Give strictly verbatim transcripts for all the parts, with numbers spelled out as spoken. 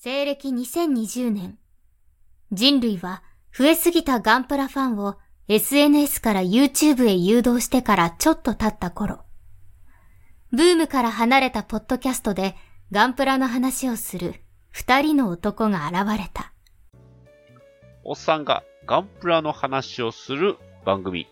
西暦にせんにじゅうねん、人類は増えすぎたガンプラファンを エスエヌエス から YouTube へ誘導してからちょっと経った頃、ブームから離れたポッドキャストでガンプラの話をする二人の男が現れた。 おっさんがガンプラの話をする番組。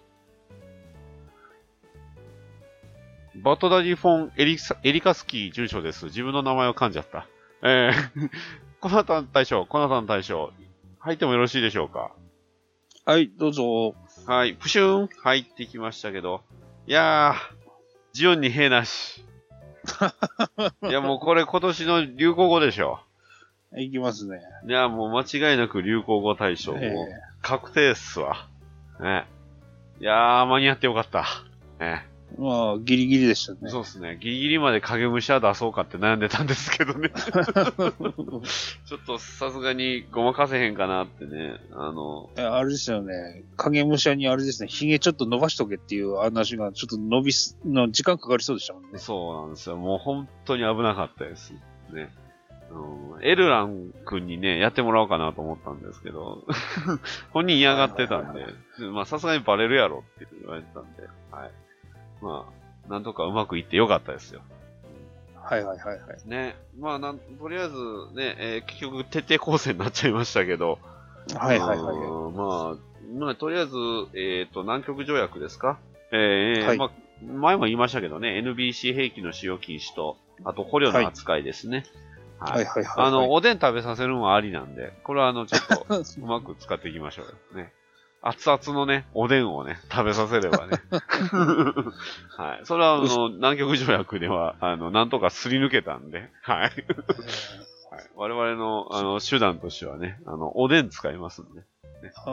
バトダディ・フォン・エリサエリカスキー住所です。自分の名前を噛んじゃった。えー、コナタン大将、コナタン大将、入ってもよろしいでしょうか？ はい、どうぞ。 はい、プシューン入ってきましたけど、いやー、ジオンに兵なし。いや、もうこれ今年の流行語でしょ。 いきますね。 いや、もう間違いなく流行語大賞、もう確定っすわ。ね。いやー、間に合ってよかった。ね。 まあ、ギリギリでしたね。 そうですね。ギリギリまで影武者出そうかって悩んでたんですけどね。ちょっとさすがにごまかせへんかなってね。あの。 いや、あれですよね。影武者にあれですね、髭ちょっと伸ばしとけっていう話がちょっと伸びす、の時間かかりそうでしたもんね。 そうなんですよ。もう本当に危なかったです。ね。うん、エルラン君にね、やってもらおうかなと思ったんですけど、本人嫌がってたんで、まあさすがにバレるやろって言われてたんで、はい。まあ、なんとかうまくいってよかったですよ。 はいはいはいはい。 ね。まあなん、とりあえずね、えー、結局徹底抗戦になっちゃいましたけど、 はいはいはい。 まあ、まあ、とりあえず、えっ、ー、と、南極条約ですか？えー、はい、まあ、前も言いましたけどね、エヌビーシー 兵器の使用禁止と、あと捕虜の扱いですね。はい、はいはいはいはい。あの、おでん食べさせるのはありなんで、これはあの、ちょっと、うまく使っていきましょうよ。ね。熱々のね、おでんをね、食べさせればね。はい。それはあの、南極条約では、あの、なんとかすり抜けたんで、はい。はい、我々の、あの、手段としてはね、あの、おでん使いますんで。ね、はい、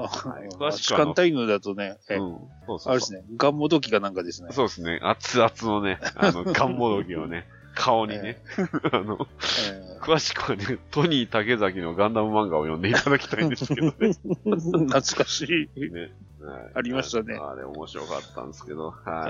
詳しくは。時間タイムだとね、え、うん、そうそうそう、あれですね、ガンモドキかなんかですね。 そうですね、熱々のね、あの、ガンモドキをね、顔にね、えー、あの、えー、詳しくはね、トニー竹崎のガンダム漫画を読んでいただきたいんですけどね。 懐かしい。ね、はい、ありましたね。 あれ面白かったんですけど、はい。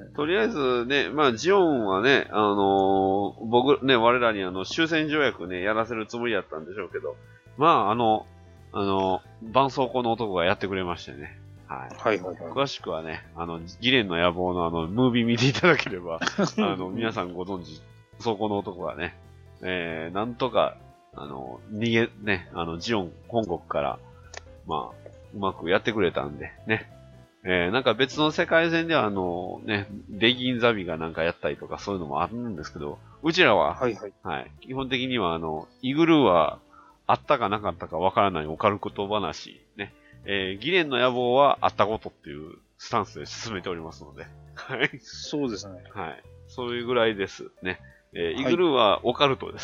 とりあえずね、まあ、ジオンはね、あのー、僕ね、我らにあの、終戦条約ね、やらせるつもりだったんでしょうけど、まあ、あの、あの、絆創膏の男がやってくれましてね。はい。はいはいはい。詳しくはね、あの、ギレンの野望のあの、ムービー見ていただければ、あの、皆さんご存知、そこの男がね、えー、なんとか、あの、逃げ、ね、あの、ジオン本国から、まあ、うまくやってくれたんで、ね。えー、なんか別の世界線では、あの、ね、デギンザビがなんかやったりとかそういうのもあるんですけど、うちらは、はいはい。はい。基本的には、あの、イグルーは、あったかなかったかわからないオカルト話、ね。えー、ギレンの野望はあったことっていうスタンスで進めておりますので。はい。 そうですね。 はい。そういうぐらいですね。えー、イグルーはオカルトです。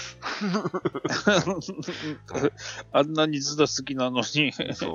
はい、あんなにずっと好きなのに。 そう。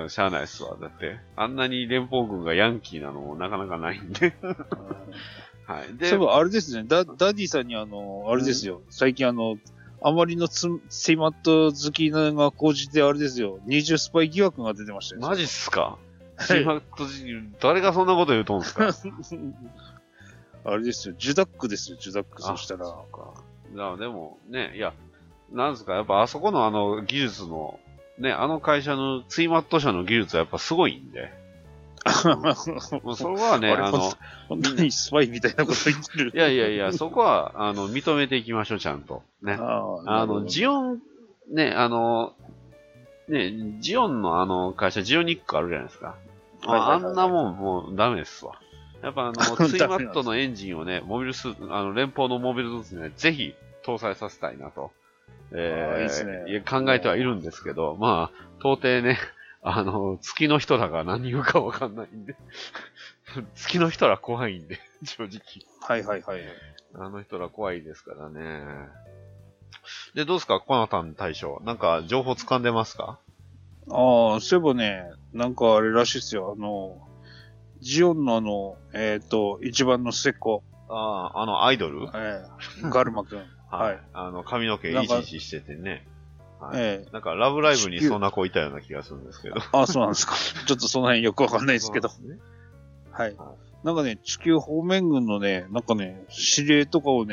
しゃあないっすわ。だって、あんなに連邦軍がヤンキーなのもなかなかないんで。はい。 で、そういえばあれですね。ダ、ダディさんにあの、あれですよ。うん、最近あの、あまりのつ、セイマット好きなが高じてあれですよ。二重スパイ疑惑が出てましたよ。 マジっすか？セイマット好き、誰がそんなこと言うとんすか？ あれですよ。ジュダックですよ、ジュダック。そしたら。 そうか。だからでも、ね、いや、なんですか、やっぱあそこのあの技術の、ね、あの会社のツイマット社の技術はやっぱすごいんで。もうそこはね、あの、 本当にスパイみたいなこと言ってる。 いやいやいや、そこは、あの、認めていきましょう、ちゃんと。ね。あ, あの、ジオン、ね、あの、ね、ジオンのあの会社、ジオニックあるじゃないですか。あんなもんもうダメですわ。やっぱあの、ツイマットのエンジンをね、モビルスーツ、あの、連邦のモビルスーツにね、ぜひ搭載させたいなと。えー、いいですね。考えてはいるんですけど、まあ、到底ね、あの、月の人だから何言うかわかんないんで。月の人ら怖いんで、正直。 はいはいはい。 あの人ら怖いですからね。で、どうですか、コナタン大将。なんか、情報掴んでますか？ ああ、そういえばね、なんかあれらしいっすよ。あの、ジオンのあの、えっ、ー、と、一番の末っ子。 ああ、あの、アイドル？ ええー、ガルマくん。 はい。あの、髪の毛イジイジしててね。はい、ええー、なんか、ラブライブにそんな子いたような気がするんですけど。 ああ、そうなんですか。ちょっとその辺よくわかんないですけど。ね、はい。なんかね、地球方面軍のね、なんかね、指令とかをね、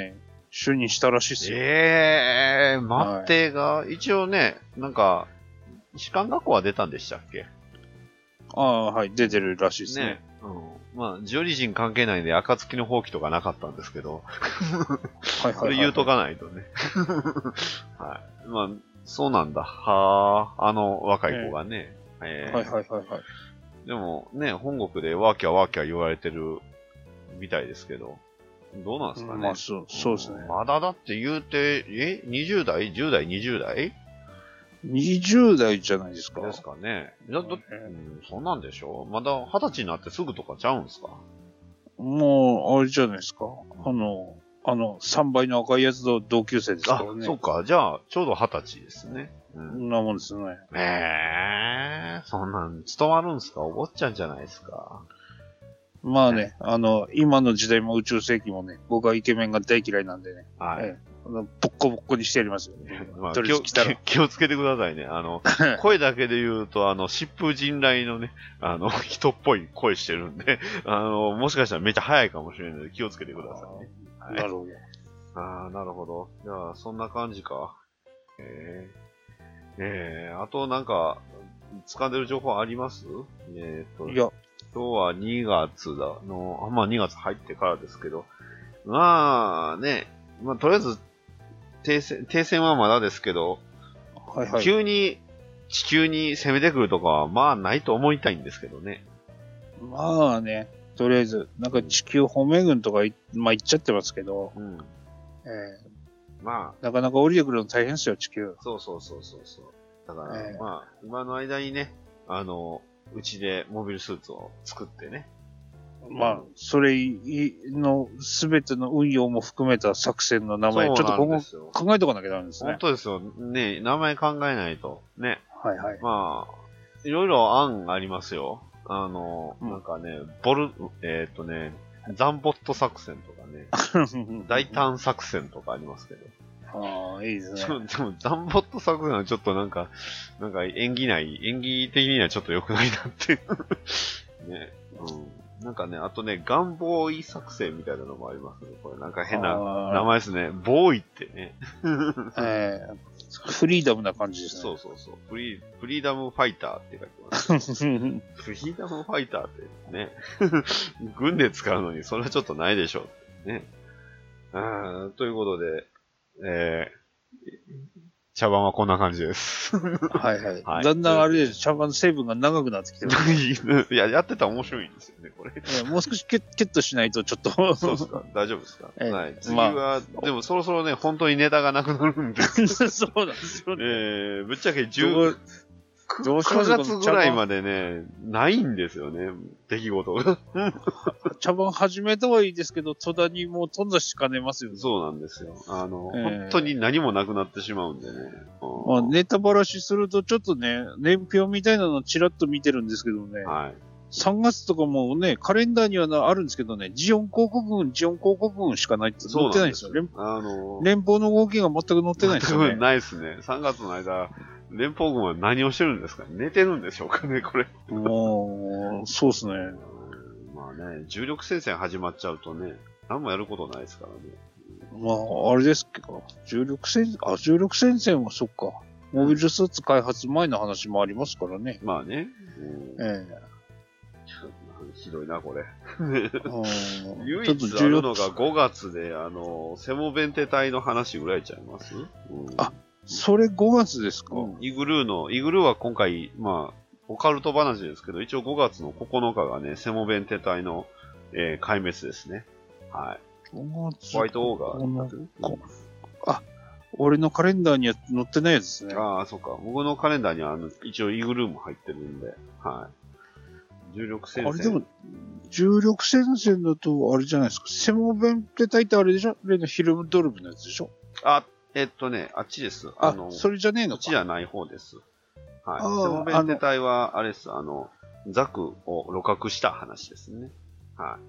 就任したらしいっすよ。 ええー、待ってが、はい、一応ね、なんか、士官学校は出たんでしたっけ？ ああ、はい、出てるらしいですね。ね、 うん。まあ、ジオリジン関係ないんで、暁の放棄とかなかったんですけど。はいはいはい、はい。それ言うとかないとね。はい。まあ、そうなんだ。はあ、あの若い子がね。えー、はいはいはいはい。でもね、本国でワーキャーワーキャー言われてるみたいですけど、どうなんですかね。 まあ、そう、そうですね。 まだだって言うて、え ?にじゅう 代 ?じゅう 代 ?にじゅう 代にじゅう 代じゃないですか。 ですかね。いや、だって、うん、そんなんでしょまだはたちになってすぐとかちゃうんですか？ もう、あれじゃないですか。あの、あの、さんばいの赤いやつと同級生ですからね。 あ、そっか。じゃあ、ちょうどはたちですね。 うん。そんなもんですね。 ええー、そんなん、務まるんすか？お坊ちゃんじゃないですか。 まあね、あの、今の時代も宇宙世紀もね、僕はイケメンが大嫌いなんでね。はい。ええ、ボッコボッコにしてやりますよ、ね。まあ、気を気をつけてくださいね。あの、声だけで言うと、あの、疾風陣雷のね、あの、人っぽい声してるんで、あの、もしかしたらめっちゃ早いかもしれないので気をつけてくださいね。 はい、なるほど。 ああ、なるほど。じゃあ、そんな感じか。えー、えー、あとなんか、掴んでる情報あります？えー、っと、いや、今日はにがつだの、あ、まあにがつ入ってからですけど、まあね、まあとりあえず、停戦、停戦はまだですけど、はいはい、急に地球に攻めてくるとかはまあないと思いたいんですけどね。 まあね、とりあえず、なんか地球保命軍とか、まあ言っちゃってますけど、うん、えー、まあ、なかなか降りてくるの大変ですよ、地球。 そうそうそうそうそう。だから、えー、まあ、今の間にね、あの、うちでモビルスーツを作ってね。 まあ、それのすべての運用も含めた作戦の名前、ちょっと今後考えとかなきゃダメですね。 本当ですよ。ね、名前考えないと。ね。 はいはい。 まあ、いろいろ案ありますよ。あの、うん、なんかね、ボル、えー、っとね、ザンボット作戦とかね、大胆作戦とかありますけど。 ああ、いいですね。 でも、ザンボット作戦はちょっとなんか、なんか演技ない、演技的にはちょっと良くないなっていう。ね。うん。なんかね、あとね、ガンボーイ作戦みたいなのもありますね。これなんか変な名前ですね。ボーイってね。 えー、フリーダムな感じですね。 そうそうそう。フリー、フリーダムファイターって書いてます、ね。フリーダムファイターってね。軍で使うのにそれはちょっとないでしょう。ね。あということで、えー、茶番はこんな感じです。 はいはい。はい、だんだんあれです。茶番の成分が長くなってきてる。 いや、やってたら面白いんですよね、これ。いや、もう少しキュッ、キュッとしないとちょっと。 そうですか。大丈夫ですか、えー、はい。次は、まあ、でもそろそろね、本当にネタがなくなるんで。 そうなんですよね。 えー、ぶっちゃけじゅう、どうしますか？くがつぐらいまでね、ないんですよね、出来事が。 茶番始めたはいいですけど、戸田にもう頓挫しかねますよね。 そうなんですよ。あの、えー、本当に何もなくなってしまうんでね。 まあ、ネタばらしすると、ちょっとね、年表みたいなのちらっと見てるんですけどね。はい。さんがつとかもね、カレンダーにはあるんですけどね、ジオン広告群、ジオン広告群しかないって載ってないんですよ。連あのー、連邦の動きが全く載ってないんですよね。 ないですね。さんがつの間、連邦軍は何をしてるんですか？寝てるんでしょうかね、これ。 もう、そうですね。 まあね、重力戦線始まっちゃうとね、何もやることないですからね。 まあ、あれですけど、重力戦、あ、重力戦線はそっか。モビルスーツ開発前の話もありますからね。 まあね。 うん、ええひどいな、これ。唯一あるのがごがつで、あの、セモベンテ隊の話ぐらいちゃいます、うん、 あ、それごがつですか、 うん、イグルーの、イグルーは今回、まあ、オカルト話ですけど、一応ごがつのここのかがね、セモベンテ隊の、えー、壊滅ですね。はい。ホワイトオーガー。 あ、俺のカレンダーには載ってないやつですね。 ああ、そっか。僕のカレンダーにはあの一応イグルーも入ってるんで、はい。重力戦線。 あれでも、重力戦線だと、あれじゃないですか。セモベンテ隊ってあれでしょ？例のヒルムドルブのやつでしょ？ あ、えっとね、あっちです。 あ、あのそれじゃねえのか。 あっちじゃない方です。はい。セモベンテ隊は、あれです。あの、ザクを露獲した話ですね。はい。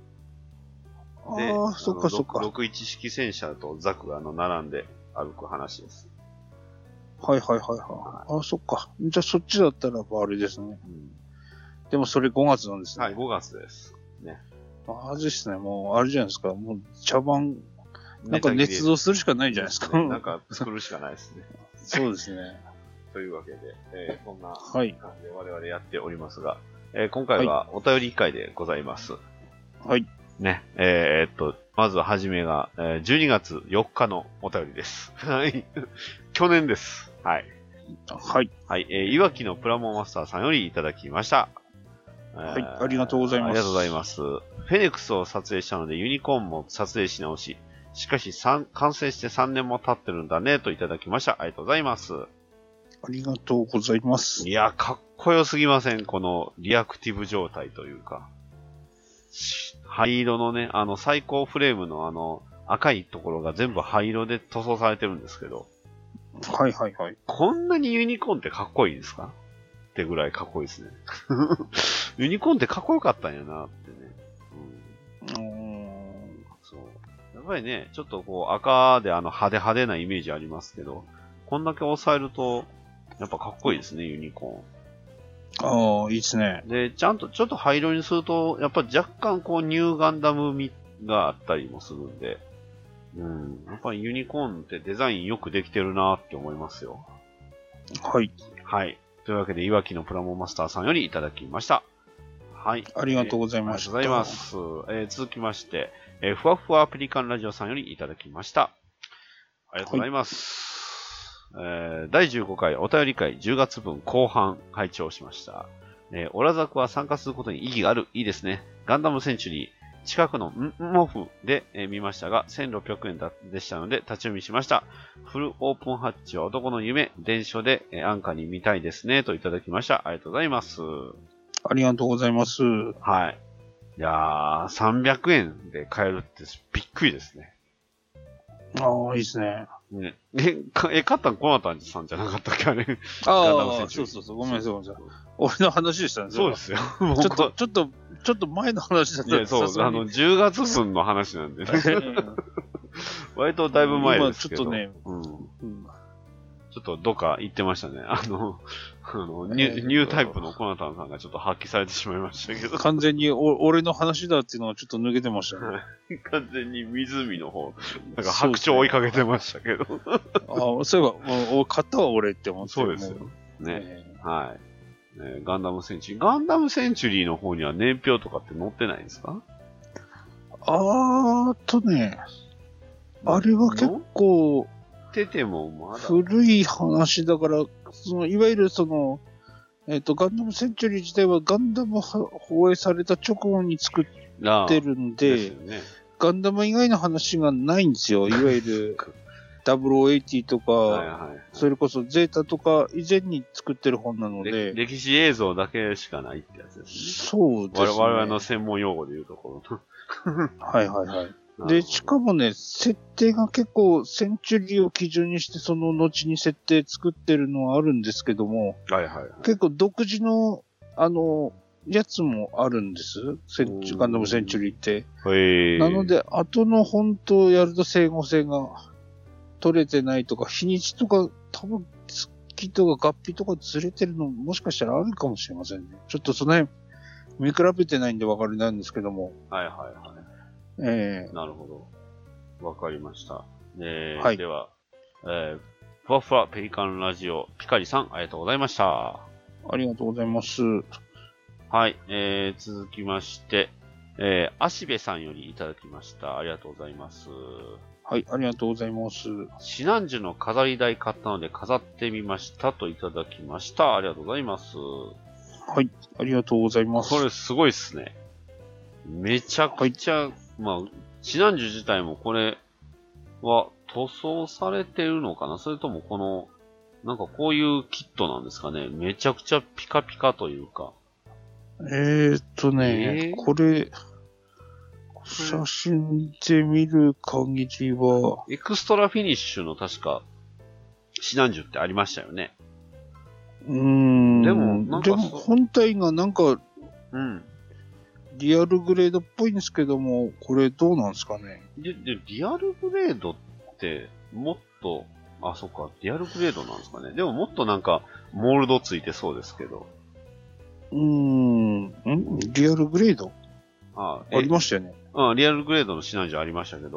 で、 ああ、そっかそっか。 ろくじゅういち式戦車とザクがあの並んで歩く話です。 はいはいはいはい。はい、ああ、そっか。じゃあそっちだったらばあれですね。うん、でもそれごがつなんですね。 はい、ごがつです。ね。 ああですね。もう、あれじゃないですか。もう、茶番、 なんか捏造するしかないんじゃないですか。 なんか作るしかないですね。 そうですね。 というわけで、えー、こんな感じで我々やっておりますが、えー、今回はお便り会でございます。 はい。 ね、えー、っと、まずははじめが、えー、じゅうにがつよっかのお便りです。はい。去年です。はい。 はい。 はい、えー、いわきのプラモマスターさんよりいただきました。 はい、ありがとうございます。 ありがとうございます。フェネクスを撮影したのでユニコーンも撮影し直し、しかし完成してさんねんも経ってるんだねといただきました。ありがとうございます。 ありがとうございます。 いや、かっこよすぎません？このリアクティブ状態というか。灰色のね、あの最高フレームのあの赤いところが全部灰色で塗装されてるんですけど。 はいはいはい。 こんなにユニコーンってかっこいいですか？ってぐらいかっこいいですね。ユニコーンってかっこよかったんやなってね。うん。うんそう。やっぱりね、ちょっとこう赤であの派手派手なイメージありますけど、こんだけ抑えると、やっぱかっこいいですね、ユニコーン。ああ、いいですね。 で、ちゃんとちょっと灰色にすると、やっぱ若干こうニューガンダム味があったりもするんで、うん。やっぱりユニコーンってデザインよくできてるなって思いますよ。 はい。 はい。というわけで、いわきのプラモマスターさんよりいただきました。はい。 ありがとうございました。 ありがとうございます。えー、続きまして、えー、ふわふわペリカンラジオさんよりいただきました。ありがとうございます。はい、えー、だいじゅうごかいお便り会じゅうがつぶん後半拝聴しました。えー、オラザクは参加することに意義がある。いいですね。ガンダムセンチュリー。近くのんモフで、えー、見ましたが、せんろっぴゃくえんだでしたので、立ち読みしました。フルオープンハッチは男の夢、電書で、えー、安価に見たいですね、といただきました。ありがとうございます。 ありがとうございます。 はい。いやー、さんびゃくえんで買えるってびっくりですね。 ああ、いいですね。 ねえ、かえ、買ったんコナタンさんじゃなかったっけあれ。 ああ、そうそうそう、ごめんなさい、ごめんなさい。俺の話でしたね。 そうですよ。 ちょっと、ちょっと、ちょっと前の話だったんです。いや、そう、あの、じゅうがつぶんの話なんでね。割とだいぶ前ですけど。 今ちょっとね、 うん。うんちょっとどっか行ってましたね。あの、あのニュ、ニュータイプのコナタンさんがちょっと発揮されてしまいましたけど。 完全にお俺の話だっていうのはちょっと抜けてましたね。 完全に湖の方、なんか白鳥追いかけてましたけど。 ああ、そういえば、もう買ったわ俺って思って。 そうですよ。ね。えー、はい、えー。ガンダムセンチュリー。ガンダムセンチュリーの方には年表とかって載ってないんですか？ あーとね、あれは結構、 ててもまだ古い話だから、そのいわゆるその、えっ、ー、と、ガンダムセンチュリー自体はガンダム放映された直後に作ってるんで、ね、ガンダム以外の話がないんですよ。いわゆるダブルオーエイティーとか、はいはいはい、それこそゼータとか以前に作ってる本なので。 歴史映像だけしかないってやつですね。 そうですね。 我々の専門用語で言うところ。 はいはいはい。で、しかもね、設定が結構、センチュリーを基準にして、その後に設定作ってるのはあるんですけども、 はいはいはい、 結構独自の、あの、やつもあるんです。センチュガンダムセンチュリーって。なので、後の本当をやると整合性が取れてないとか、日にちとか、多分、月とか合皮とかずれてるのもしかしたらあるかもしれませんね。ちょっとその辺、見比べてないんで分かりないんですけども。 はいはいはい。 ええー、 なるほど。わかりました。えーはい、 では、えー、ふわふわペリカンラジオ、ピカリさん、ありがとうございました。 ありがとうございます。 はい、えー、続きまして、えー、足部さんよりいただきました。ありがとうございます。 はい、ありがとうございます。 シナンジュの飾り台買ったので飾ってみましたといただきました。ありがとうございます。 はい、ありがとうございます。 これすごいっすね。めちゃくちゃ、はい、まあ、シナンジュ自体もこれは塗装されてるのかな？それともこの、なんかこういうキットなんですかね？めちゃくちゃピカピカというか。 えーっとね、えー、これ、写真で見る限りは、 エクストラフィニッシュの確か、シナンジュってありましたよね。 うーん。 でも、なんかでも本体がなんか、 うん。 リアルグレードっぽいんですけども、これどうなんですかね。 で、で、リアルグレードって、もっと、あ、そっか、リアルグレードなんですかね。でももっとなんか、モールドついてそうですけど。 うーん、んリアルグレードあありましたよね。 あ、リアルグレードのシナンジュありましたけど、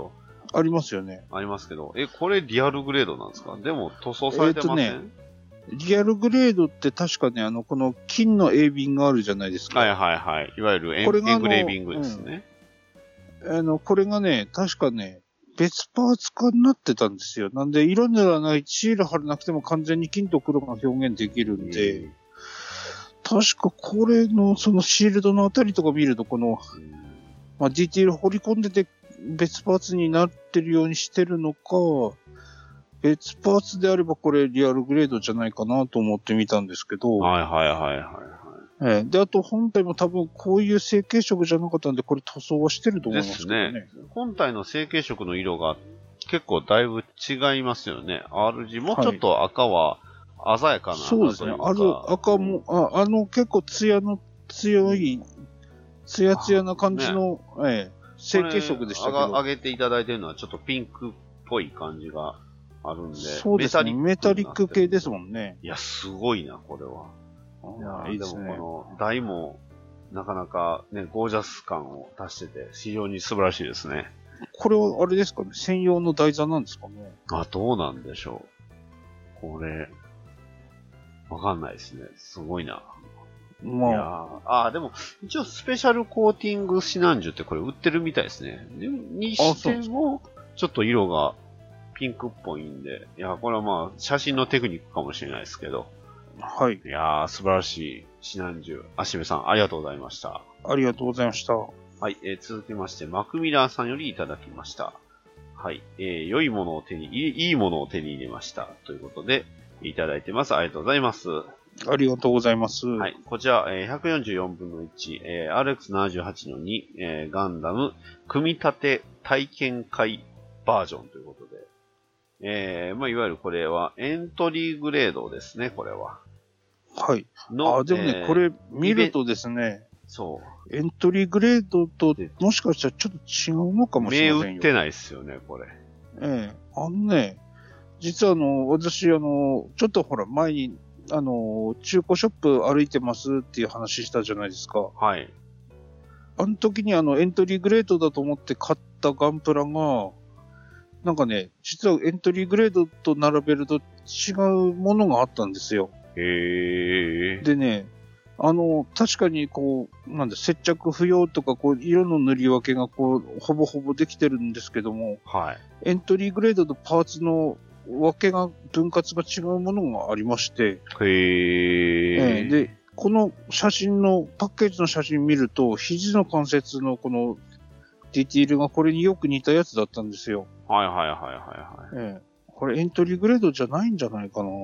ありますよね。 ありますけど、え、これリアルグレードなんですか？でも塗装されてません？えーとね、 リアルグレードって確かね、あの、この金の鋭敏があるじゃないですか。 はいはいはい。いわゆるエン、エングレービングですね、 うん。あの、これがね、確かね、別パーツ化になってたんですよ。なんで、色塗らない、シール貼らなくても完全に金と黒が表現できるんで、うん、確かこれの、そのシールドのあたりとか見ると、この、うん、まあ、ディティール掘り込んでて別パーツになってるようにしてるのか、別パーツであればこれリアルグレードじゃないかなと思ってみたんですけど。 はいはいはいはい、はい。 えー、で、あと本体も多分こういう成型色じゃなかったんで、これ塗装はしてると思いますけどね。ですね。 本体の成型色の色が結構だいぶ違いますよね。アールジー、もうちょっと赤は鮮やかな赤というか、はい、そうですね。 ある赤も、あ、あの結構ツヤの強い、ツヤツヤな感じの、ね、えー、成型色でしたけど。 上げていただいてるのはちょっとピンクっぽい感じがあるんで。 そうですね。メタリック系ですもんね。 いや、すごいな、これは。いや、いいですね。でもこの台もなかなかね、ゴージャス感を出してて、非常に素晴らしいですね。 これはあれですかね、専用の台座なんですかね。 あ、どうなんでしょう。これ、わかんないですね。すごいな。まあ。いやあ、でも、一応スペシャルコーティング指南樹ってこれ売ってるみたいですね。にしても、ちょっと色がピンクっぽいんで、いや、これはまあ、写真のテクニックかもしれないですけど。 はい。 いやー、素晴らしい指南樹。足部さん、ありがとうございました。 ありがとうございました。はい、えー、続きまして、マクミラーさんよりいただきました。はい、えー、良いものを手に、いい、いいものを手に入れました。ということで、いただいてます。ありがとうございます。 ありがとうございます。 はい、こちら、えー、ひゃくよんじゅうよんぶんのいち、えー、アールエックスななじゅうはちのに、えー、ガンダム、組み立て体験会バージョンということで、えー、まあ、いわゆるこれはエントリーグレードですね、これは。 はい。あ、でもね、えー、これ見るとですね、 そう。 エントリーグレードと、もしかしたらちょっと違うのかもしれませんよ。 銘打ってないですよね、これ。 ええー、あのね、実はあの、私あの、ちょっとほら、前に、あの、中古ショップ歩いてますっていう話したじゃないですか。 はい。 あの時にあの、エントリーグレードだと思って買ったガンプラが、なんかね、実はエントリーグレードと並べると違うものがあったんですよ。 へー。 でね、あの、確かにこう、なんだ、接着不要とか、こう、色の塗り分けがこう、ほぼほぼできてるんですけども、 はい。 エントリーグレードとパーツの分けが、分割が違うものがありまして、 へー。えー、で、この写真の、パッケージの写真見ると、肘の関節のこの、ディティールがこれによく似たやつだったんですよ。 はいはいはいはいはい。 えーこれエントリーグレードじゃないんじゃないかな。うん。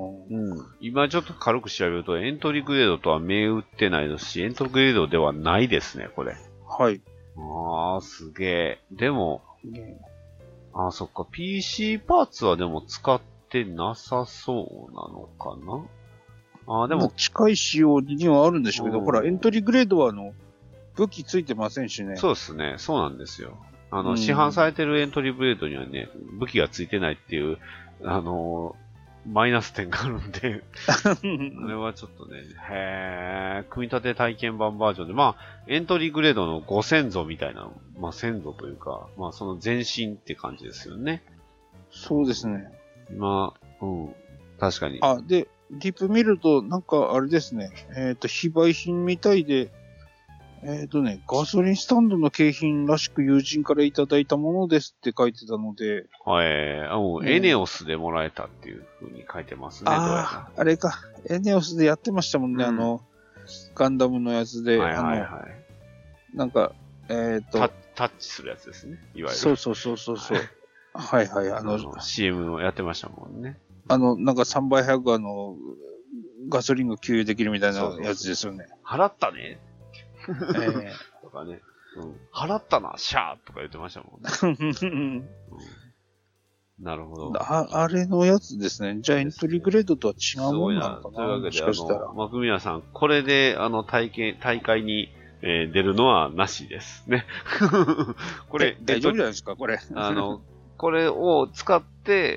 今ちょっと軽く調べると、エントリーグレードとは銘打ってないですし、エントリーグレードではないですね、これ。 はい。 あー、すげえ。でも、ね、あー、そっか。ピーシー パーツはでも使ってなさそうなのかな。あー、でも。 近い仕様にはあるんでしょうけど、ほら、エントリーグレードはあの、武器ついてませんしね。 そうですね。そうなんですよ。あの、うん、市販されてるエントリーグレードにはね、武器がついてないっていう、あのー、マイナス点があるんで、あれはちょっとね、へー、組み立て体験版バージョンで、まあ、エントリーグレードのご先祖みたいな、まあ先祖というか、まあその前身って感じですよね。 そうですね。 まあ、うん、確かに。 あ、で、リップ見ると、なんかあれですね、えっと、非売品みたいで、えっとね、ガソリンスタンドの景品らしく友人からいただいたものですって書いてたので。 はい、あ、もうエネオスでもらえたっていう風に書いてますね、 どうやら。あ、あれか。エネオスでやってましたもんね、うん、あの、ガンダムのやつで。 はいはいはい。 なんか、えっとタ。タッチするやつですね、いわゆる。 そうそうそうそうそう。はいはい、あの、あのシーエム をやってましたもんね。 あの、なんかさんばい速くあの、ガソリンが給油できるみたいなやつですよね。 払ったね。 えー、 とかね、うん、払ったな、シャーとか言ってましたもんね。うん、なるほどあ。あれのやつですね。じゃあエントリーグレードとは違うものなのかな。 というわけで、あの、マクミラさん、これで、あの、体験、大会に、えー、出るのはなしですね。これ、 大丈夫じゃないですか、これ。 あの、これを使って、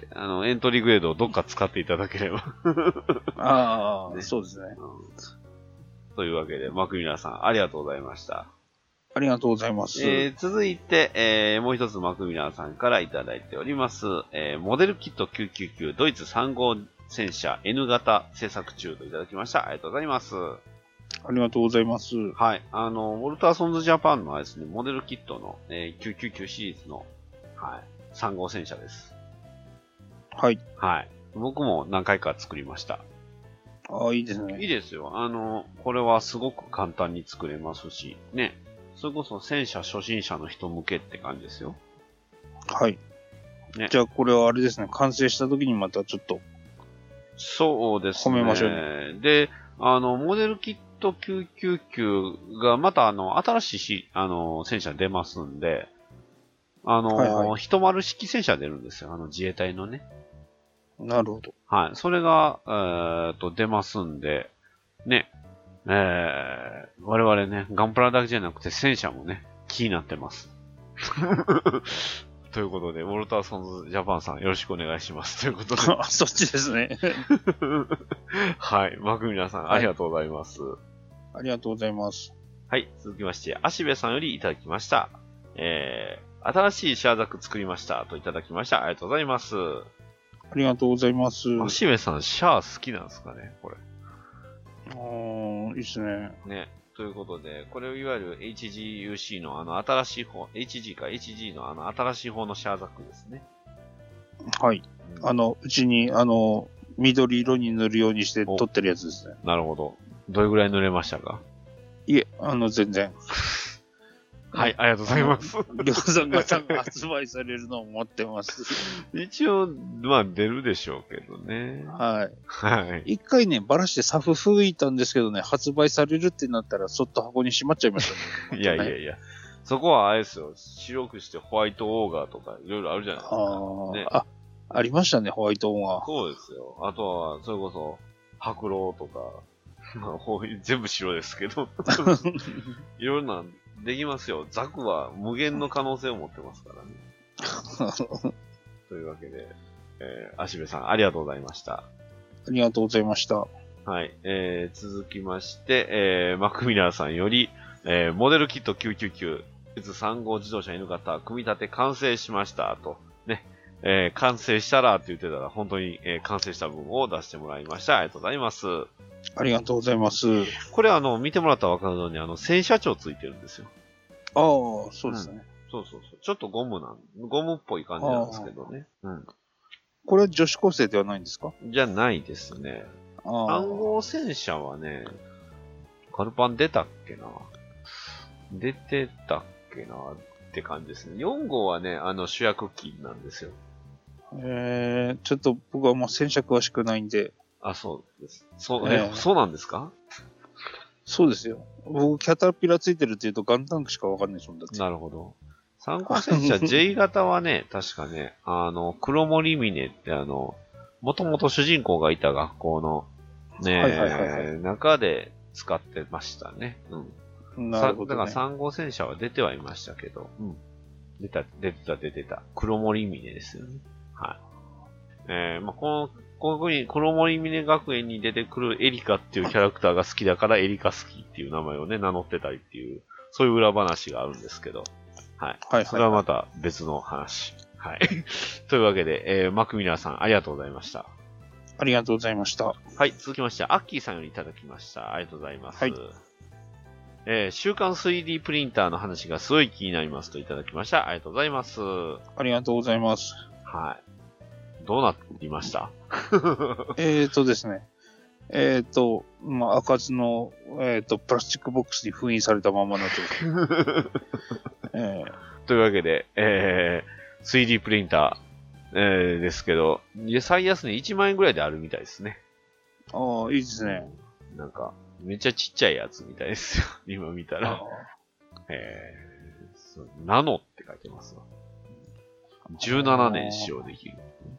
あの、エントリーグレードをどっか使っていただければ。 ああ、ね、そうですね。 うんというわけで、マクミラさん、ありがとうございました。 ありがとうございます。 えー、続いて、えー、もう一つマクミラーさんからいただいております。えー、モデルキットきゅうきゅうきゅうドイツさん号戦車 N 型製作中といただきました。ありがとうございます。 ありがとうございます。 はい。あの、ウォルターソンズジャパンのですね、モデルキットの、えー、きゅうきゅうきゅうシリーズの、はい、さん号戦車です。 はい。 はい。僕も何回か作りました。 ああ、いいですね。 いいですよ。あの、これはすごく簡単に作れますし、ね。それこそ戦車初心者の人向けって感じですよ。 はい。ね、じゃあこれはあれですね、完成した時にまたちょっと。 そうですね。 褒めましょうね。 で、あの、モデルキットきゅうきゅうきゅうがまたあの、新しいし、あの、戦車出ますんで、あの、はいはい、一丸式戦車出るんですよ。あの、自衛隊のね。 なるほど。 はい。それが、えー、っと、出ますんで、ね。えー、我々ね、ガンプラだけじゃなくて戦車もね、気になってます。ということで、ウォルターソンズジャパンさんよろしくお願いします。ということで。 そっちですね。 はい。マクミラさん、はい、ありがとうございます。 ありがとうございます。 はい。続きまして、足部さんよりいただきました。えー、新しいシャーザク作りましたといただきました。ありがとうございます。 ありがとうございます。 足部さん、シャー好きなんですかねこれ。 あー、いいっすね。 ね。ということで、これいわゆる エイチジーユーシー のあの新しい方、エイチジー か エイチジー のあの新しい方のシャーザクですね。 はい。うん、あの、うちに、あの、緑色に塗るようにして撮ってるやつですね。 なるほど。どれぐらい塗れましたか？ いえ、あの、全然。 はい、ありがとうございます。 量産型が発売されるのを待ってます。 一応、まあ出るでしょうけどね。 はい。 はい。 一回ね、バラしてサフ吹いたんですけどね、発売されるってなったら、そっと箱にしまっちゃいましたね。 いやいやいや。そこはあれですよ。白くしてホワイトオーガーとかいろいろあるじゃないですか。 あ、 ね、 あ、ありましたね、ホワイトオーガー。 そうですよ。あとは、それこそ、白狼とか、まあ、全部白ですけど。いろいろな、できますよ。ザクは無限の可能性を持ってますからね。というわけで、えー、足部さん、ありがとうございました。 ありがとうございました。 はい。えー、続きまして、えー、マクミラーさんより、えー、モデルキットきゅうきゅうきゅう、ドイツさん号自動車 N 型、組み立て完成しました。と、ね。えー、完成したらって言ってたら、本当に、えー、完成した分を出してもらいました。ありがとうございます。 ありがとうございます。 これあの、見てもらったらわかるように、あの、洗車長ついてるんですよ。 ああ、そうですね、 うん。そうそうそう。ちょっとゴムなん、ゴムっぽい感じなんですけどね。うん。 これは女子高生ではないんですか？ じゃないですね。さん号戦車はね、カルパン出たっけな出てたっけなって感じですね。よん号はね、あの主役機なんですよ。 えー、ちょっと僕はもう戦車詳しくないんで。 あ、そうです。そう、えー、そうなんですか？ そうですよ。僕、キャタピラついてるって言うとガンタンクしかわかんないですもんだって。 なるほど。さん号戦車 J 型はね、確かね、あの、黒森峰ってあの、もともと主人公がいた学校のね、はいはいはいはい、中で使ってましたね。うん。なるほど、ね。だからさん号戦車は出てはいましたけど、うん。出た、出てた、出てた。黒森峰ですよね。はい。えー、まあ、この、ここに黒森峰学園に出てくるエリカっていうキャラクターが好きだからエリカ好きっていう名前をね、名乗ってたりっていう、そういう裏話があるんですけど、はい。はいはい、それはまた別の話。はい。というわけで、えー、マクミラーさん、ありがとうございました。 ありがとうございました。 はい、続きまして、アッキーさんよりいただきました。ありがとうございます。はい。えー、週刊 スリーディー プリンターの話がすごい気になりますといただきました。ありがとうございます。 ありがとうございます。 はい。どうなりましたえーとですね。えーと、まあ、開かずの、えーと、プラスチックボックスに封印されたままのと、 えー。というわけで、えー、スリーディー プリンター、えー、ですけど、最安値いちまんえんぐらいであるみたいですね。 ああ、いいですね。 なんか、めっちゃちっちゃいやつみたいですよ。今見たら。えー、ナノって書いてますわ。じゅうななねん使用できる。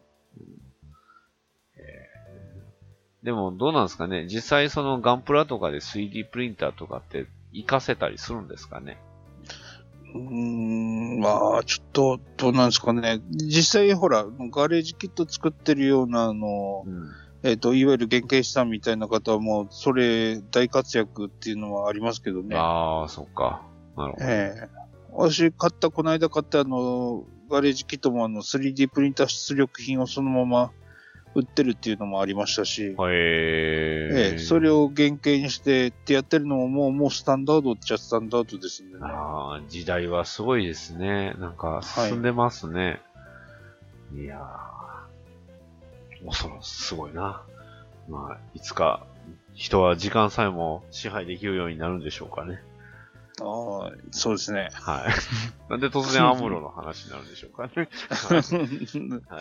でも、どうなんですかね。実際そのガンプラとかで スリーディー プリンターとかって活かせたりするんですかね。 うーん、まあ、ちょっと、どうなんですかね。実際、ほら、ガレージキット作ってるような、あの、うん、えっと、いわゆる原型師さんみたいな方はもう、それ、大活躍っていうのはありますけどね。 ああ、そっか。 なるほど。 ええー。私買った、この間買ったあの、ガレージキットもあの スリーディー プリンター出力品をそのまま売ってるっていうのもありましたし、 へえええ、それを原型にしてってやってるのももう、もうスタンダードっちゃスタンダードですね。 ああ、時代はすごいですね。なんか進んでますね。はい、いやー、恐ろすごいな。まあ、いつか人は時間さえも支配できるようになるんでしょうかね。 ああ、そうですね。 はい。なんで突然アムロの話になるんでしょうかね。はい。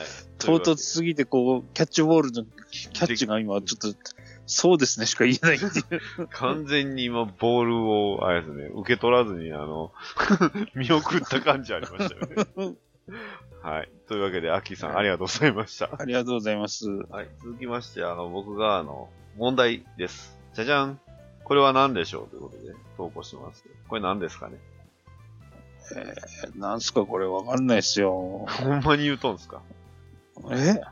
唐突すぎて、こう、キャッチボールのキャッチが今、ちょっと、そうですねしか言えないっていう。 完全に今、ボールを、あれですね、受け取らずに、あの、見送った感じありましたよね。はい。というわけで、アッキーさん、ありがとうございました。 ありがとうございます。 はい。続きまして、あの、僕が、あの、問題です。じゃじゃん。これは何でしょうということで投稿してます。これ何ですかね。 えー、なんすかこれわかんないっすよ。 ほんまに言うとんすか。 え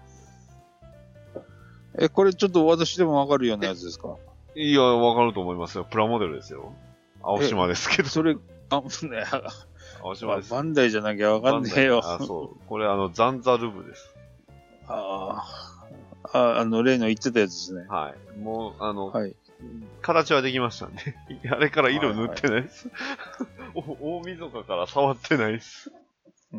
え、これちょっと私でもわかるようなやつですか。 いや、わかると思いますよ。プラモデルですよ。青島ですけど。 それ、あ、ね、青島です。バンダイじゃなきゃわかんねえよ。 あ、そう。これあの、ザンザルブです。 ああ。あ、あの、例の言ってたやつですね。 はい。もう、あの、 はい。 形はできましたんで。あれから色塗ってないです。はいはい、大晦日から触ってないです。 うん、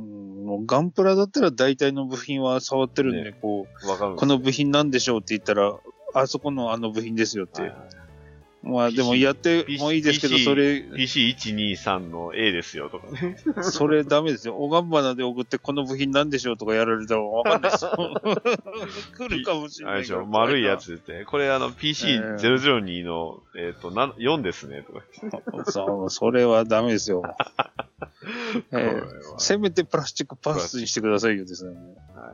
もうガンプラだったら大体の部品は触ってるんで、ね、こう、わかる、この部品なんでしょうって言ったら、あそこのあの部品ですよって。はいはい、まあでもやってもいいですけど、それ。 ピーシーいちにさん の A ですよとかね。 それダメですよ。おがんばなで送ってこの部品なんでしょうとかやられたらわかんないですよ。来るかもしれないから。 丸いやつで。これあの ピーシーゼロゼロに の、えっ、ー、と、よんですねとか。 そう、それはダメですよ。えー、せめてプラスチックパーツにしてくださいよですね。 はい。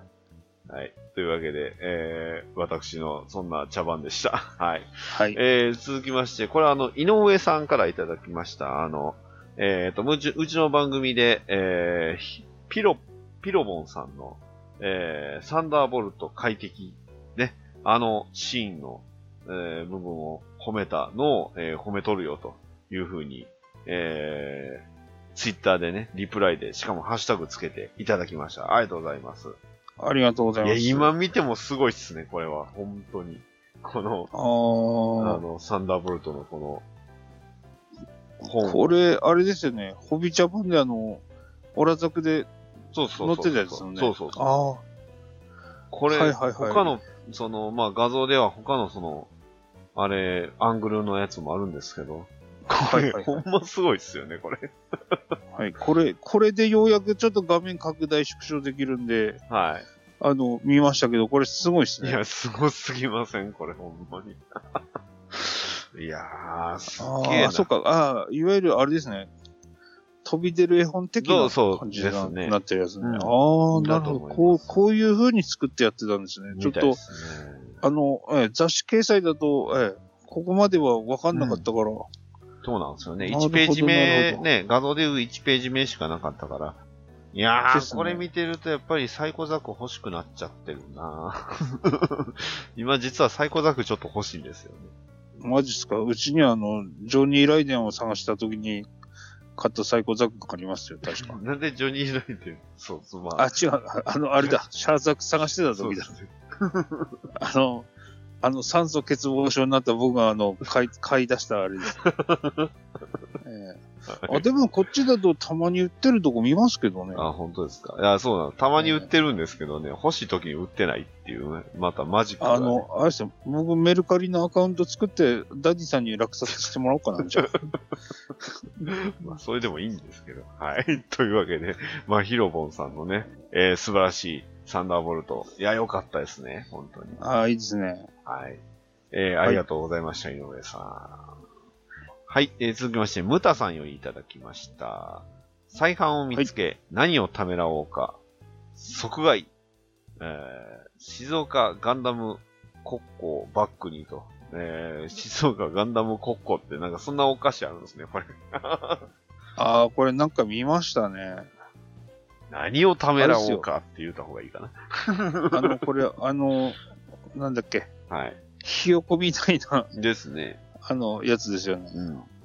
はい。というわけで、えー、私のそんな茶番でした。はい。 はい。 えー、続きまして、これはあの、井上さんからいただきました。あの、えっ、ー、と、うち、うちの番組で、えー、ピロ、ピロボンさんの、えー、サンダーボルト快適、ね、あのシーンの、えー、部分を褒めたのを、えー、褒めとるよというふうに、えー、ツイッターでね、リプライで、しかもハッシュタグつけていただきました。ありがとうございます。 ありがとうございます。 いや、今見てもすごいっすね、これは。本当に。この、ああの、サンダーボルトのこの、 本。これ、あれですよね。ホビジャパンであの、オラザクで載ってたやつですよね。 そうそうそう。 ああ。 これ、はいはいはい、他の、その、まあ、画像では他のその、あれ、アングルのやつもあるんですけど、これ、はいはいはい、ほんますごいっすよね、これ。 はい、これ、これでようやくちょっと画面拡大縮小できるんで、 はい。 あの、見ましたけど、これすごいっすね。 いや、すごすぎません、これ、ほんまに。いやー、すげえな。 あ、そっか、ああ、いわゆるあれですね。飛び出る絵本的な感じになってるやつね。ああ、なるほど。こう、こういう風に作ってやってたんですね。ちょっと、ね、あの、え雑誌掲載だと、えここまでは分かんなかったから。うん、 そうなんですよね。いちページ目、ね、画像でいういちページ目しかなかったから。いやー、ね、これ見てるとやっぱりサイコザク欲しくなっちゃってるな今実はサイコザクちょっと欲しいんですよね。 マジっすか？うちにはあの、ジョニー・ライデンを探したときに、買ったサイコザクがありますよ、確か。 なんでジョニー・ライデンそうそう、まあ。あ、違う、あの、あれだ、シャーザク探してた時だ。あの、あの、酸素欠乏症になった僕が、あの、買い、買い出したあれです。えー、あ、でもこっちだとたまに売ってるとこ見ますけどね。 あ、本当ですか。いや、そうなの。たまに売ってるんですけどね、えー、欲しい時に売ってないっていうね、またマジックが、ね。 あの、あれですよ、僕メルカリのアカウント作って、ダディさんに落札してもらおうかな、じゃあ。 まあ、それでもいいんですけど。はい。というわけで、まあ、ヒロボンさんのね、えー、素晴らしいサンダーボルト。いや、良かったですね、本当に。 ああ、いいですね。 はい。えー、ありがとうございました、はい、井上さん。はい、えー、続きまして、ムタさんよりいただきました。再販を見つけ、はい、何をためらおうか。即買い。えー、静岡ガンダム国庫バックにと。えー、静岡ガンダム国庫ってなんかそんなお菓子あるんですね、これ。 ああ、これなんか見ましたね。 何をためらおうかって言った方がいいかな。 あの、これ、あの、なんだっけ。 はい。 ひよこみたいな。 ですね。 あの、やつですよね。 うん。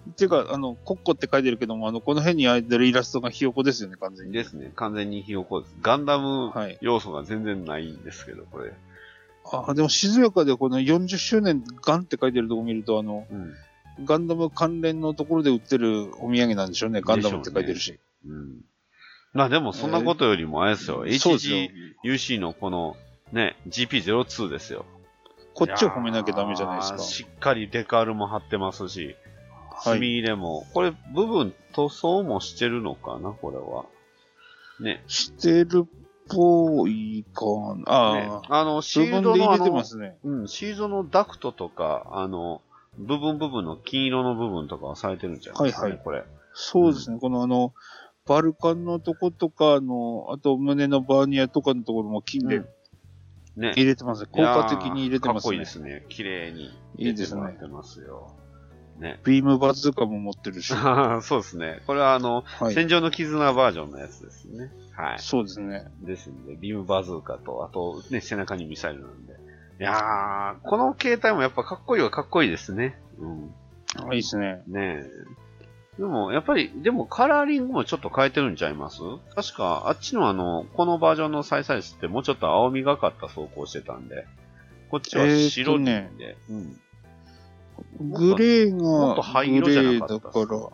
っていうか、あの、コッコって書いてるけども、あの、この辺にあいてるイラストがひよこですよね、完全に。 ですね。完全にひよこです。ガンダム要素が全然ないんですけど、これ。 あ、でも静岡でこのよんじゅっしゅうねんガンって書いてるとこ見ると、あの、うん、ガンダム関連のところで売ってるお土産なんでしょうね。ガンダムって書いてるし。ね、 うん。まあでもそんなことよりもあれですよ。えー、エイチジーユーシー のこのね、ジーピーゼロツー ですよ。 こっちを褒めなきゃダメじゃないですか。 しっかりデカールも貼ってますし、墨入れも、はい、これ部分塗装もしてるのかな、これは。ね。 してるっぽいかな。ああ、ね、 あの、シールドのあの、 てますね、 うん、シールドのダクトとか、あの、部分部分の金色の部分とかはされてるんじゃないですかね、はいはい、これ。 そうですね、うん、このあの、バルカンのとことか、あの、あと胸のバーニアとかのところも金で、うんね、入れてます。効果的に入れてますね。 かっこいいですね。綺麗に入れてもらってますよ。ね。 ビームバズーカも持ってるし。 そうですね。これはあの、はい、戦場の絆バージョンのやつですね。はい。 そうですね。 ですんで、ビームバズーカと、あとね、背中にミサイルなんで。いやー、この形態もやっぱかっこいいはかっこいいですね。うん。 あ、いいですね。 ねえ。でも、やっぱり、でもカラーリングもちょっと変えてるんちゃいます？確か、あっちのあの、このバージョンのサイサイスってもうちょっと青みがかった走行してたんで、こっちは白いんで、えーねうん、 グレーが、 もっと灰色じゃなかっただから、うん、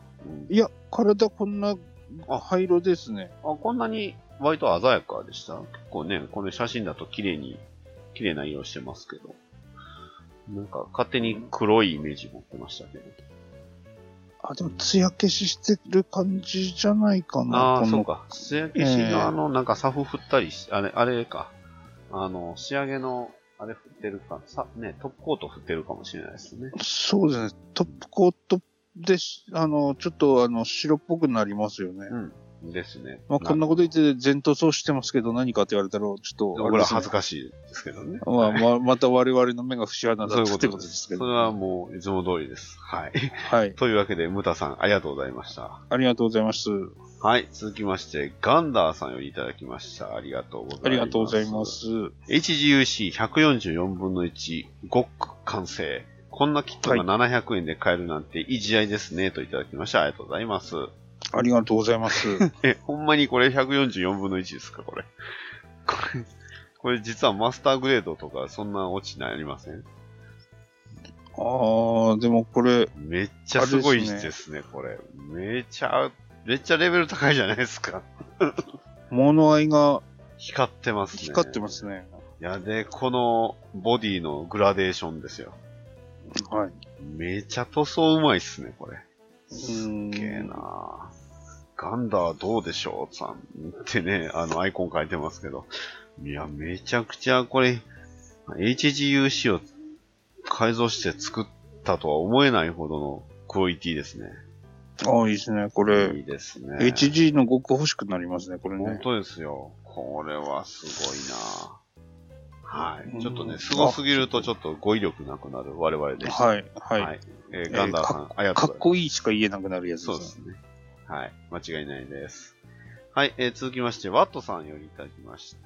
いや、体こんな灰色ですね。 あ、こんなに割と鮮やかでした。結構ね、この写真だと綺麗に、綺麗な色してますけど。なんか、勝手に黒いイメージ持ってましたけど。 あ、でも、艶消ししてる感じじゃないかな。 ああ、そうか。艶消しのあの、なんかサフ振ったりし、あれ、あれか。あの、仕上げの、あれ振ってるか、さ、ね、トップコート振ってるかもしれないですね。 そうですね。トップコートで、あの、ちょっと、あの、白っぽくなりますよね。 うん。ですね。 まあ、こんなこと言って全塗装してますけど、何かって言われたら、ちょっと、 僕ら恥ずかしいですけどね。 まあ、ま、また我々の目が節穴だったってことですけど。 それはもう、いつも通りです。はい。 はい。 というわけで、ムタさん、ありがとうございました。 ありがとうございます。 はい。続きまして、ガンダーさんよりいただきました。ありがとうございます。 ありがとうございます。 エイチジーユーシーひゃくよんじゅうよんぶんのいち、ごっく完成。こんなキットがななひゃくえんで買えるなんて、いい時代ですね。といただきました。ありがとうございます。 ありがとうございます。 え、ほんまにこれひゃくよんじゅうよんぶんのいちですかこれ。これ、これ実はマスターグレードとかそんな落ちないありません？ あー、でもこれ。 めっちゃすごいですね、これ。めちゃ、めっちゃレベル高いじゃないですか。 物合いが。 光ってますね。 光ってますね。 いや、で、このボディのグラデーションですよ。 はい。 めちゃ塗装うまいっすね、これ。すっげえなガンダーどうでしょうさんってね、あのアイコン書いてますけど。いや、めちゃくちゃこれ、エイチジーユーシー を改造して作ったとは思えないほどのクオリティですね。 ああ、いいですね。これ。 いいですね。 エイチジー のごこ欲しくなりますね、これね。 本当ですよ。これはすごいなはい。ちょっとね、凄すぎるとちょっと語彙力なくなる我々でした。 はい、はい。はい、 えー、ガンダーさん、えー、ありがとうございます。 かっこいいしか言えなくなるやつですね。 そうですね。はい。間違いないです。はい。えー、続きまして、ワットさんよりいただきました。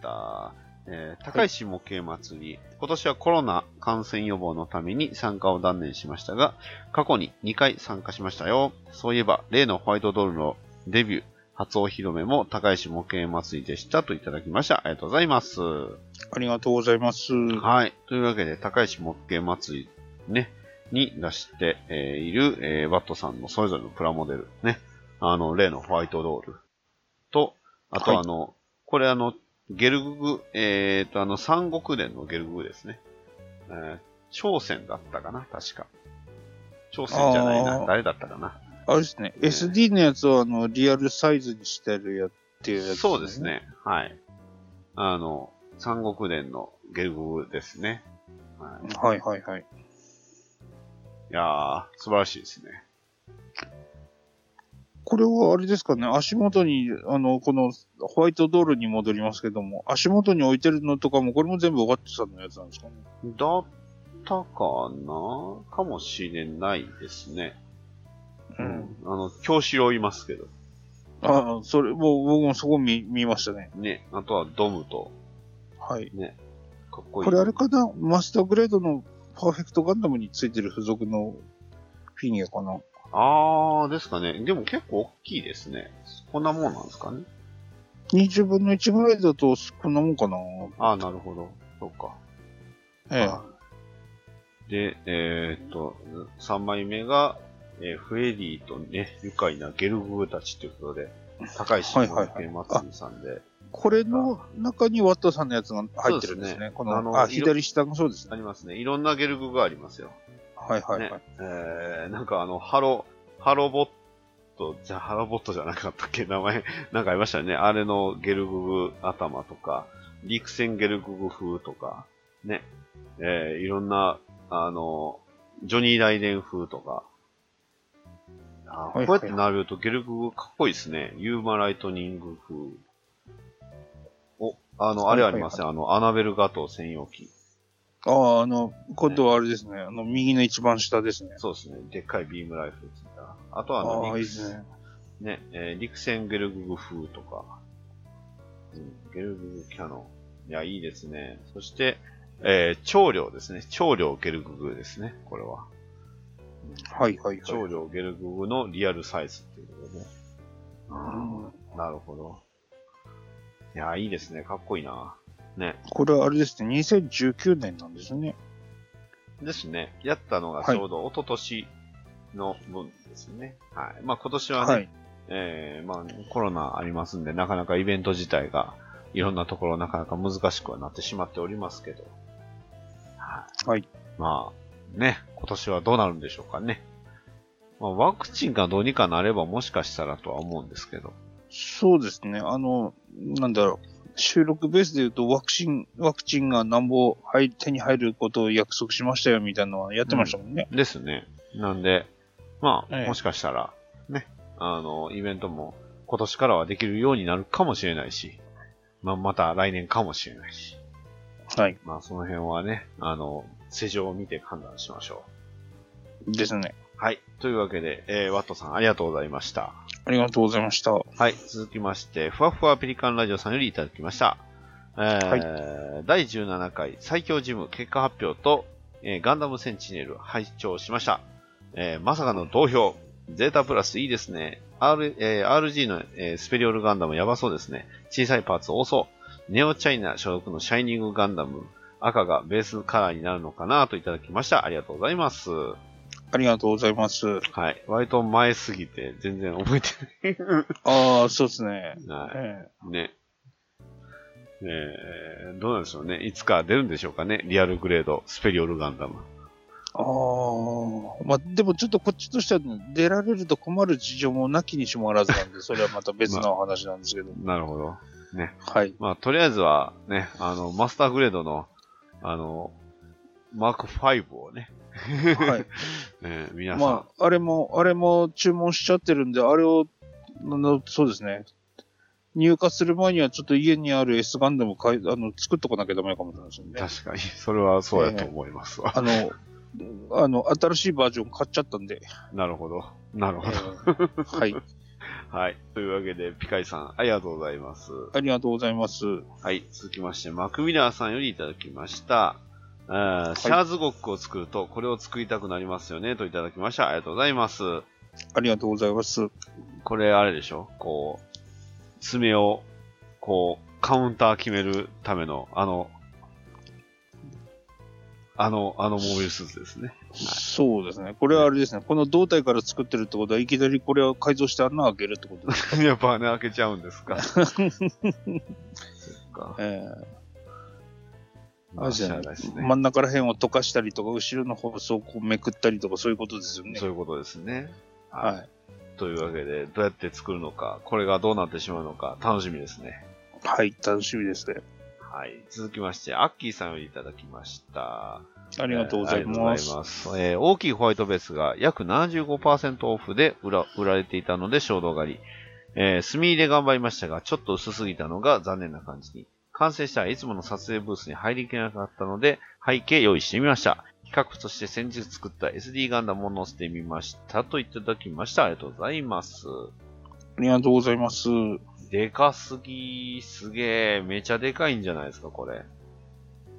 えー、高石模型祭り、はい。今年はコロナ感染予防のために参加を断念しましたが、過去ににかい参加しましたよ。そういえば、例のホワイトドールのデビュー、初お披露目も高石模型祭りでしたといただきました。ありがとうございます。 ありがとうございます。 はい。というわけで、高石模型祭りね、に出して、えー、いる、えー、ワットさんのそれぞれのプラモデルね。あの、例のホワイトドールと、あとあの、はい、これあの、ゲルググ、えーと、あの、三国伝のゲルググですね。えー、朝鮮だったかな確か。朝鮮じゃないな。誰だったかなあれですね。えー、エスディー のやつをあの、リアルサイズにしてるやっていうやつ、ね。 そうですね。はい。あの、三国伝のゲルググですね。 はい、はい、はいはい。 いやー、素晴らしいですね。 これはあれですかね、足元に、あの、このホワイトドールに戻りますけども、足元に置いてるのとかも、これも全部ワットさんのやつなんですかね。 だったかなかもしれないですね。うん。あの、京志郎いますけど。 ああ、それ、もう僕もそこ見、見ましたね。 ね。あとはドムと。 はい。 ね。かっこいい。 これあれかなマスターグレードのパーフェクトガンダムについてる付属のフィギュアかなあー、ですかね。でも結構大きいですね。こんなもんなんですかね。 にじゅうぶんのいちぐらいだとこんなもんかな。 あー、なるほど。そうか。 ええ。で、えー、っと、さんまいめが、えー、フエリーとね、愉快なゲルググたちということで、高石はいはいはい松見さんで。 これの中にワットさんのやつが入ってるんですね。すねこの、あの、あ、左下がそうですね。 ありますね。いろんなゲルグがありますよ。 はいはいはい。 ね、えー、なんかあの、ハロ、ハロボット、じゃあハロボットじゃなかったっけ名前、なんかありましたよね。あれのゲルググ頭とか、陸戦ゲルググ風とか、ね。えー、いろんな、あの、ジョニー・ライデン風とか。あ、はいはい、こうやって並べるとゲルググかっこいいですね。ユーマ・ライトニング風。お、あの、あれありますね。はいはいはい、あの、アナベルガトー専用機。 ああ、あの、今度はあれですね。ねあの、右の一番下ですね。 そうですね。でっかいビームライフルついた。あとはあの、 ああ、いいですね。 ね、えー、陸戦ゲルググ風とか。うん、ゲルググキャノン。いや、いいですね。そして、えー、長量ですね。長量ゲルググですね。これは。 はいはいはい。 長量ゲルググのリアルサイズっていうことで。うん。なるほど。いや、いいですね。かっこいいな。ね。 これはあれですね。にせんじゅうきゅうねんなんですね。 ですね。やったのがちょうど一昨年の分ですね。はい。はい、まあ今年はね、はい、えー、まあコロナありますんで、なかなかイベント自体がいろんなところなかなか難しくはなってしまっておりますけど。 はい。 まあ、ね、今年はどうなるんでしょうかね。まあ、ワクチンがどうにかなればもしかしたらとは思うんですけど。 そうですね。あの、なんだろう。収録ベースで言うと、ワクチン、ワクチンがなんぼ手に入ることを約束しましたよみたいなのはやってましたもんね。 うん、ですね。なんで、まあ、ええ、もしかしたら、ね、あの、イベントも今年からはできるようになるかもしれないし、まあ、また来年かもしれないし。 はい。 まあ、その辺はね、あの、世情を見て判断しましょう。ですね。 はい。というわけで、えー、ワットさんありがとうございました。 ありがとうございました。はい。続きまして、ふわふわペリカンラジオさんよりいただきました。えー、はい、だいじゅうななかい最強ジム結果発表と、えー、ガンダムセンチネル拝聴しました。えー、まさかの同票。ゼータプラスいいですね。R、えー、アールジー の、えー、スペリオルガンダムやばそうですね。小さいパーツ多そう。ネオチャイナ所属のシャイニングガンダム。赤がベースカラーになるのかなといただきました。ありがとうございます。 ありがとうございます。 はい。割と前すぎて全然覚えてない。 ああ、そうですね。 はい。えー、ね。えー、どうなんでしょうね。いつか出るんでしょうかね。リアルグレード、スペリオルガンダム。 ああ、まあ、でもちょっとこっちとしては、ね、出られると困る事情もなきにしもあらずなんで、それはまた別の話なんですけど。 まあ、なるほど。ね。 はい。 まあ、とりあえずは、ね、あの、マスターグレードの、あの、マークファイブをね。 はい。 ね、皆さん。 まあ、あれも、あれも注文しちゃってるんで、あれを、そうですね。入荷する前にはちょっと家にある S ガンダムかいあの作っとかなきゃダメかもしれないですね。 確かに。それはそうやと思いますわ。 えー、あの、あの、新しいバージョン買っちゃったんで。 なるほど。なるほど。 えー、はい。 はい。というわけで、ピカイさん、ありがとうございます。 ありがとうございます。 はい。続きまして、マクミラーさんよりいただきました。はい、シャーズゴックを作ると、これを作りたくなりますよね、といただきました。ありがとうございます。 ありがとうございます。 これ、あれでしょこう、爪を、こう、カウンター決めるための、あの、あの、あのモービルスーツですね。はい、 そうですね。これはあれですね。この胴体から作ってるってことは、いきなりこれを改造して穴開けるってことですか？ やっぱ穴開けちゃうんですか。そっか。 えーあれじゃないですね。真ん中ら辺を溶かしたりとか、後ろの包装をこうめくったりとか、そういうことですよね。 そういうことですね。 はい。はい、 というわけで、どうやって作るのか、これがどうなってしまうのか、楽しみですね。 はい、楽しみですね。 はい。続きまして、アッキーさんよりいただきました。 ありがとうございます。えー、ありがとうございます。 えー、大きいホワイトベースが約 ななじゅうごパーセント オフで売ら売られていたので衝動狩り。えー、墨入れ頑張りましたが、ちょっと薄すぎたのが残念な感じに。完成したらいつもの撮影ブースに入りきれなかったので、背景用意してみました。比較として先日作った エスディー ガンダムを載せてみましたといただきました。ありがとうございます。 ありがとうございます。 でかすぎ、すげえ、めちゃでかいんじゃないですか、これ。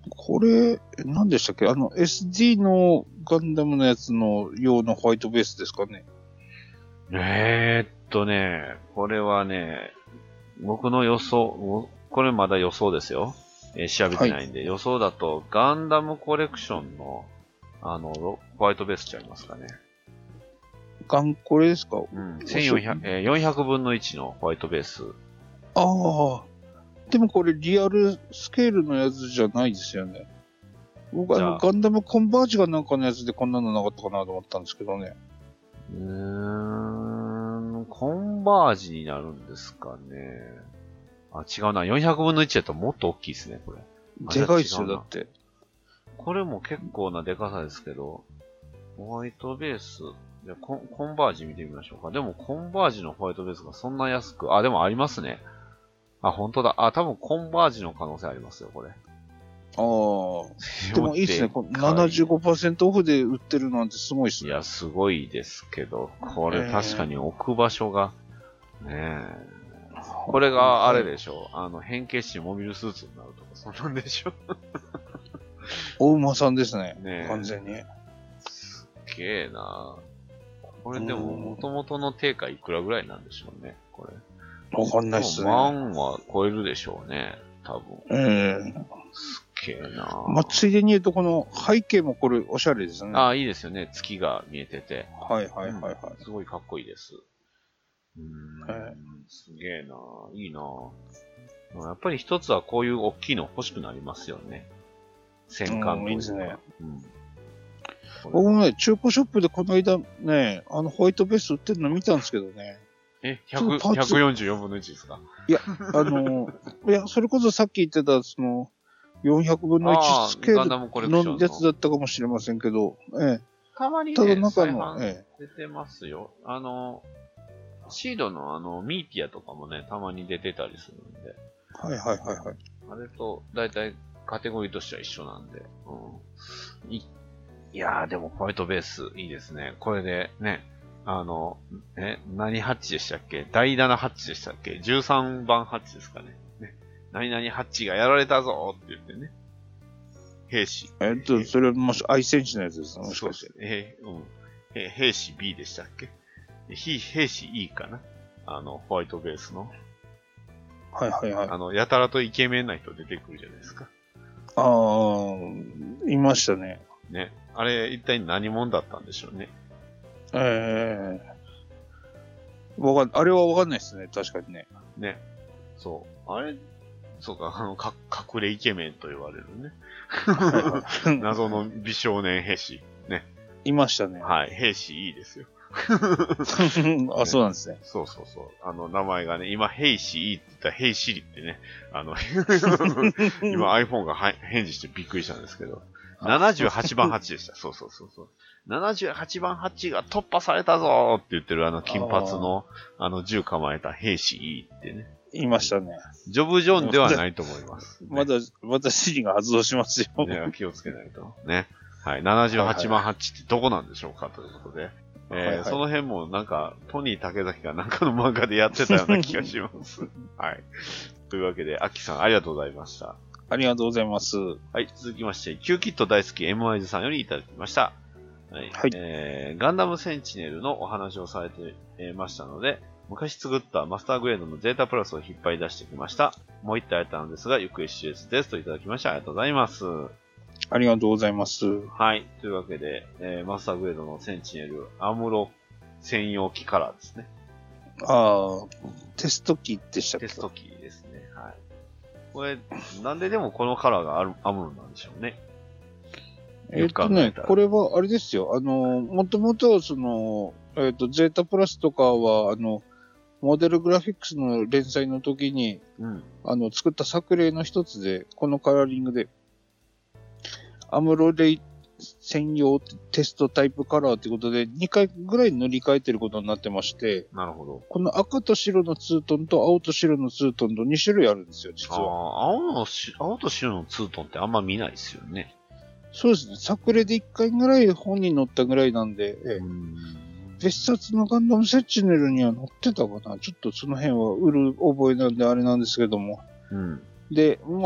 これ、何でしたっけ？あの、エスディー のガンダムのやつの用のホワイトベースですかね。 えー、っとね、これはね、僕の予想、これまだ予想ですよ。えー、調べてないんで、はい、予想だとガンダムコレクションの、あの、ホワイトベースちゃいますかね。 ガンコレですか？ うん。せんよんひゃく、えー、よんひゃくぶんのいちのホワイトベース。 ああ。でもこれリアルスケールのやつじゃないですよね。僕あのガンダムコンバージがなんかのやつでこんなのなかったかなと思ったんですけどね。 うーん、コンバージになるんですかね。あ、違うな。よんひゃくぶんのいちだともっと大きいですね、これ。 でかいっすよ、だって。 これも結構なでかさですけど、ホワイトベース、じゃコン、コンバージ見てみましょうか。でもコンバージのホワイトベースがそんな安く、あ、でもありますね。あ、本当だ。あ、多分コンバージの可能性ありますよ、これ。 ああ。でもいいっすね。ななじゅうごパーセント オフで売ってるなんてすごいっすね。 いや、すごいですけど、これ確かに置く場所が、ねえ。これがあれでしょう。あの、変形式モビルスーツになるとか、そんなんでしょ。 お馬さんですね。 ね完全に。 すっげえな。これでも、元々の定価いくらぐらいなんでしょうね、これ。 わかんないっすね。 万は超えるでしょうね、多分。 ええー。 すっげえな。 まあ、ついでに言うと、この背景もこれ、おしゃれですね。 ああ、いいですよね。月が見えてて。 はいはいはいはい。 うん、すごいかっこいいです。うーん、えー、すげえな。いいな。やっぱり一つはこういう大きいの欲しくなりますよね。戦艦とか。 いいですね。 うん。 僕もね、中古ショップでこの間ね、あの、ホワイトベース売ってるの見たんですけどね。 え、ひゃく、ひゃくよんじゅうよんぶんのいちですか？ いや、あの、いや、それこそさっき言ってた、その、よんひゃくぶんのいちスケールのやつだったかもしれませんけど、ええ。 たまにね、ただ中の、ええ。出てますよ。あの、シードのあの、ミーティアとかもね、たまに出てたりするんで。 はいはいはいはい。 あれと、だいたいカテゴリーとしては一緒なんで。うん、い, いやー、でもホワイトベースいいですね。これでね、あの、え、何ハッチでしたっけ？だいななハッチでしたっけ？ じゅうさん 番ハッチですかね。ね、何々ハッチがやられたぞーって言ってね。兵士。 えっと、それはもし愛戦士のやつですね。 そうです。えー、うん。え、兵士 B でしたっけ？兵士 E かな？あの、ホワイトベースの。 はいはいはい。 あの、やたらとイケメンな人出てくるじゃないですか。 ああ、いましたね。 ね。あれ、一体何者だったんでしょうね。 ええー。わかん、あれはわかんないですね。確かにね。 ね。そう。あれ、そうか、あの、か、隠れイケメンと言われるね。謎の美少年兵士。ね。 いましたね。 はい。兵士いいですよ。 あ、そうなんですね。 そうそうそう。あの、名前がね、今、兵士いいって言ったら、兵士リってね、あの、今 iPhone が返事してびっくりしたんですけど、ななじゅうはちばんハッチでした。そうそうそうそう。ななじゅうはちばんハッチが突破されたぞーって言ってるあの金髪の、あの銃構えた兵士いいってね。 いましたね。 ジョブジョンではないと思います。ね、 まだ、またシリが発動しますよ。 ね、気をつけないと。ね。はい。ななじゅうはちばんハッチってどこなんでしょうかということで。えーはいはい、その辺もなんか、トニー竹崎がなんかの漫画でやってたような気がします。はい。というわけで、アキさんありがとうございました。 ありがとうございます。 はい。続きまして、キューキット大好き M ワイズさんよりいただきました。はい。はい、えー、ガンダムセンチネルのお話をされてましたので、昔作ったマスターグレードのゼータプラスを引っ張り出してきました。もう一体あったのですが、ゆくえ シーエス ですといただきました。ありがとうございます。 ありがとうございます。 はい。というわけで、えー、マスターグレードのセンチネル、アムロ専用機カラーですね。 ああ、テスト機でしたっけ？ テスト機ですね。はい。これ、なんででもこのカラーがあるアムロなんでしょうね。 えっとね、これはあれですよ。あの、もともとその、えっと、ゼータプラスとかは、あの、モデルグラフィックスの連載の時に、うん、あの、作った作例の一つで、このカラーリングで、アムロレイ専用テストタイプカラーということで、にかいぐらい塗り替えてることになってまして、 なるほど。 この赤と白のツートンと青と白のツートンとに種類あるんですよ、実は。ああ、青のし、青と白のツートンってあんま見ないですよね。 そうですね。作例でいっかいぐらい本に載ったぐらいなんで、ええ、別冊のガンダムセッチネルには載ってたかな。ちょっとその辺は売る覚えなんであれなんですけども。うん、で、まあ、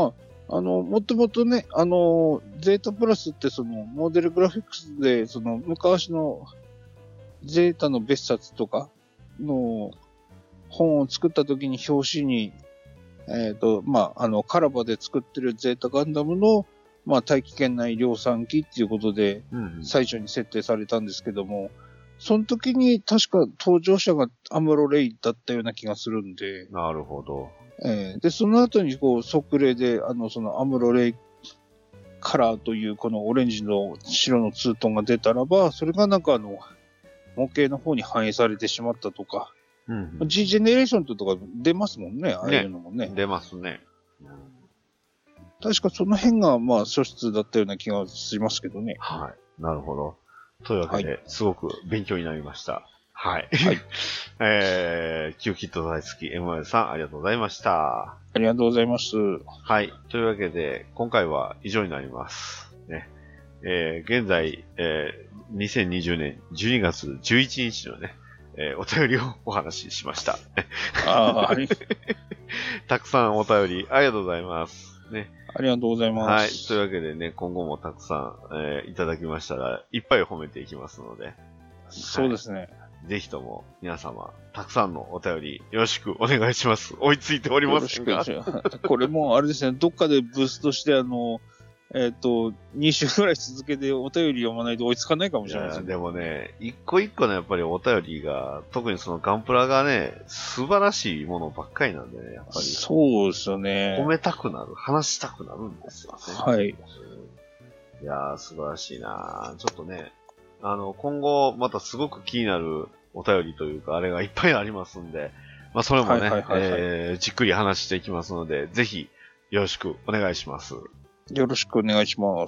あの、もともとね、あの、ゼータプラスってその、モデルグラフィックスで、その、昔のゼータの別冊とかの本を作った時に表紙に、えっと、まあ、あの、カラバで作ってるゼータガンダムの、まあ、大気圏内量産機っていうことで、最初に設定されたんですけども、うんうん、その時に確か登場者がアムロレイだったような気がするんで。 なるほど。 えー、で、その後にこう、測例で、あの、そのアムロレイカラーというこのオレンジの白のツートンが出たらば、それがなんかあの、模型の方に反映されてしまったとか、うんうん、G ジェネレーションとか出ますもんね、ああいうのもね。ね出ますね。うん、 確かその辺がまあ素質だったような気がしますけどね。 はい。なるほど。というわけで、はい、すごく勉強になりました。はい。はい、えー、キューキット大好き エムアイエル さん、ありがとうございました。 ありがとうございます。 はい。というわけで、今回は以上になります。ね。えー、現在、えー、にせんにじゅうねんじゅうにがつじゅういちにちのね、えー、お便りをお話ししました。 あはい。 たくさんお便りありがとうございます。ね。 ありがとうございます。 はい。というわけでね、今後もたくさん、えー、いただきましたら、いっぱい褒めていきますので。 そうですね。 はい、ぜひとも、皆様、たくさんのお便り、よろしくお願いします。追いついておりませんが。 これも、あれですね、どっかでブーストして、あの、えっ、ー、と、に週ぐらい続けてお便り読まないと追いつかないかもしれないですね。 でもね、一個一個のやっぱりお便りが、特にそのガンプラがね、素晴らしいものばっかりなんでね、やっぱり。 そうですよね。 褒めたくなる、話したくなるんですよね。 はい。いやー、素晴らしいなー。ちょっとね、あの、今後、またすごく気になるお便りというか、あれがいっぱいありますんで、まあ、それもね、えー、じっくり話していきますので、ぜひ、よろしくお願いします。 よろしくお願いします。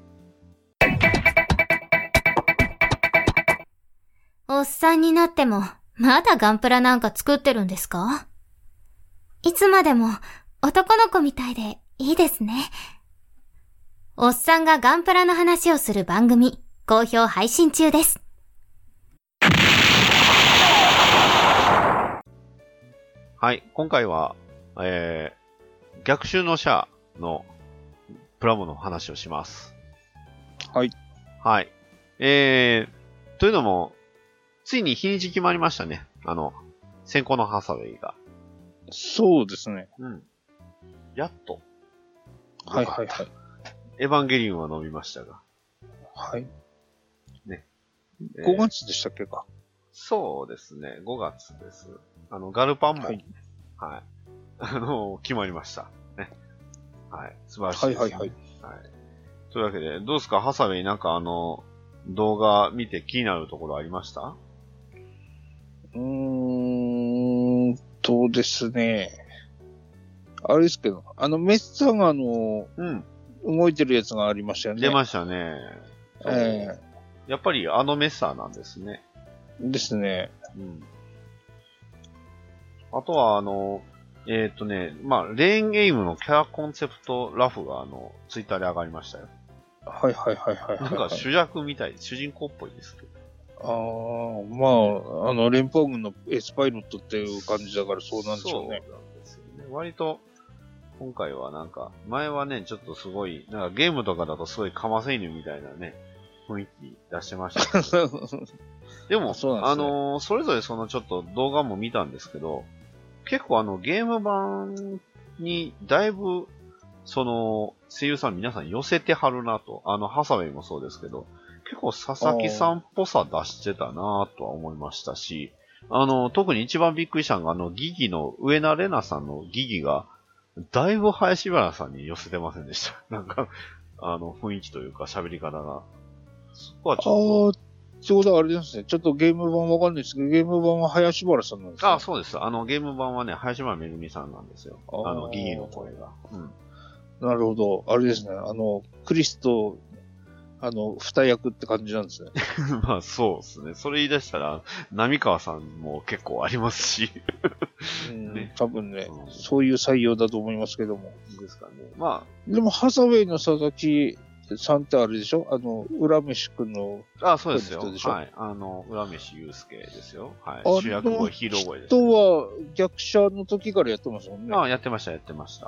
おっさんになっても、まだガンプラなんか作ってるんですか？いつまでも男の子みたいでいいですね。おっさんがガンプラの話をする番組、好評配信中です。 はい、今回は、えー、逆襲のシャアのプラモの話をします。 はい。 はい。えー、というのも、ついに日にち決まりましたね。あの、先行のハサウェイが。 そうですね。 うん。やっと。 はいはいはい。 エヴァンゲリオンは伸びましたが。 はい。 ね。 ごがつでしたっけか。 そうですね。ごがつです。あの、ガルパンも、はい。はい、あの、決まりました。ね。はい。素晴らしいです、ね。はいはいはい。はい。というわけで、どうですかハサウェイ、なんかあの、動画見て気になるところありました？ うーんとですね。あれですけど、あの、メッサがあの、うん。動いてるやつがありましたよね。 出ましたね。 ええー。やっぱりあのメッサーなんですね。 ですね。 うん。あとは、あの、えっ、ー、とね、まあ、レーンゲームのキャラコンセプトラフが、あの、ツイッターで上がりましたよ。 はいはいはいはい、はい。 なんか主役みたい、主人公っぽいですけど。 ああ、まあ、あの、連邦軍のエスパイロットっていう感じだからそうなんでしょうね。 そうなんですよね。割と、今回はなんか、前はね、ちょっとすごい、なんかゲームとかだとすごいかませ犬みたいなね、雰囲気出してましたけど。でも、でね、あのー、それぞれそのちょっと動画も見たんですけど、結構あのゲーム版にだいぶ、その、声優さん皆さん寄せてはるなと、あの、ハサウェイもそうですけど、結構佐々木さんっぽさ出してたなとは思いましたし、あの、特に一番びっくりしたのが、あの、ギギの、上名玲奈さんのギギが、だいぶ林原さんに寄せてませんでした。なんか、あの、雰囲気というか喋り方が。そこはちょっと。 そういうことはあれですね。ちょっとゲーム版わかんないですけど、ゲーム版は林原さんなんですか？ あ、そうです。あの、ゲーム版はね、林原めぐみさんなんですよ。あの、ギギの声が。うん。 なるほど。あれですね。あの、クリスと、あの、二役って感じなんですね。 まあ、そうですね。それ言い出したら、浪川さんも結構ありますし。 うん、ね、多分ね、うん、そういう採用だと思いますけども。 ですかね。まあ。でも、ハサウェイの佐々木さんってあれでしょ？あの、浦飯くんの。 あ、そうですよ。はい。あの、浦飯祐介ですよ。はい。主役声、ヒーロー声です、ね。 人は逆者の時からやってますもんね。 ああ、やってました、やってました。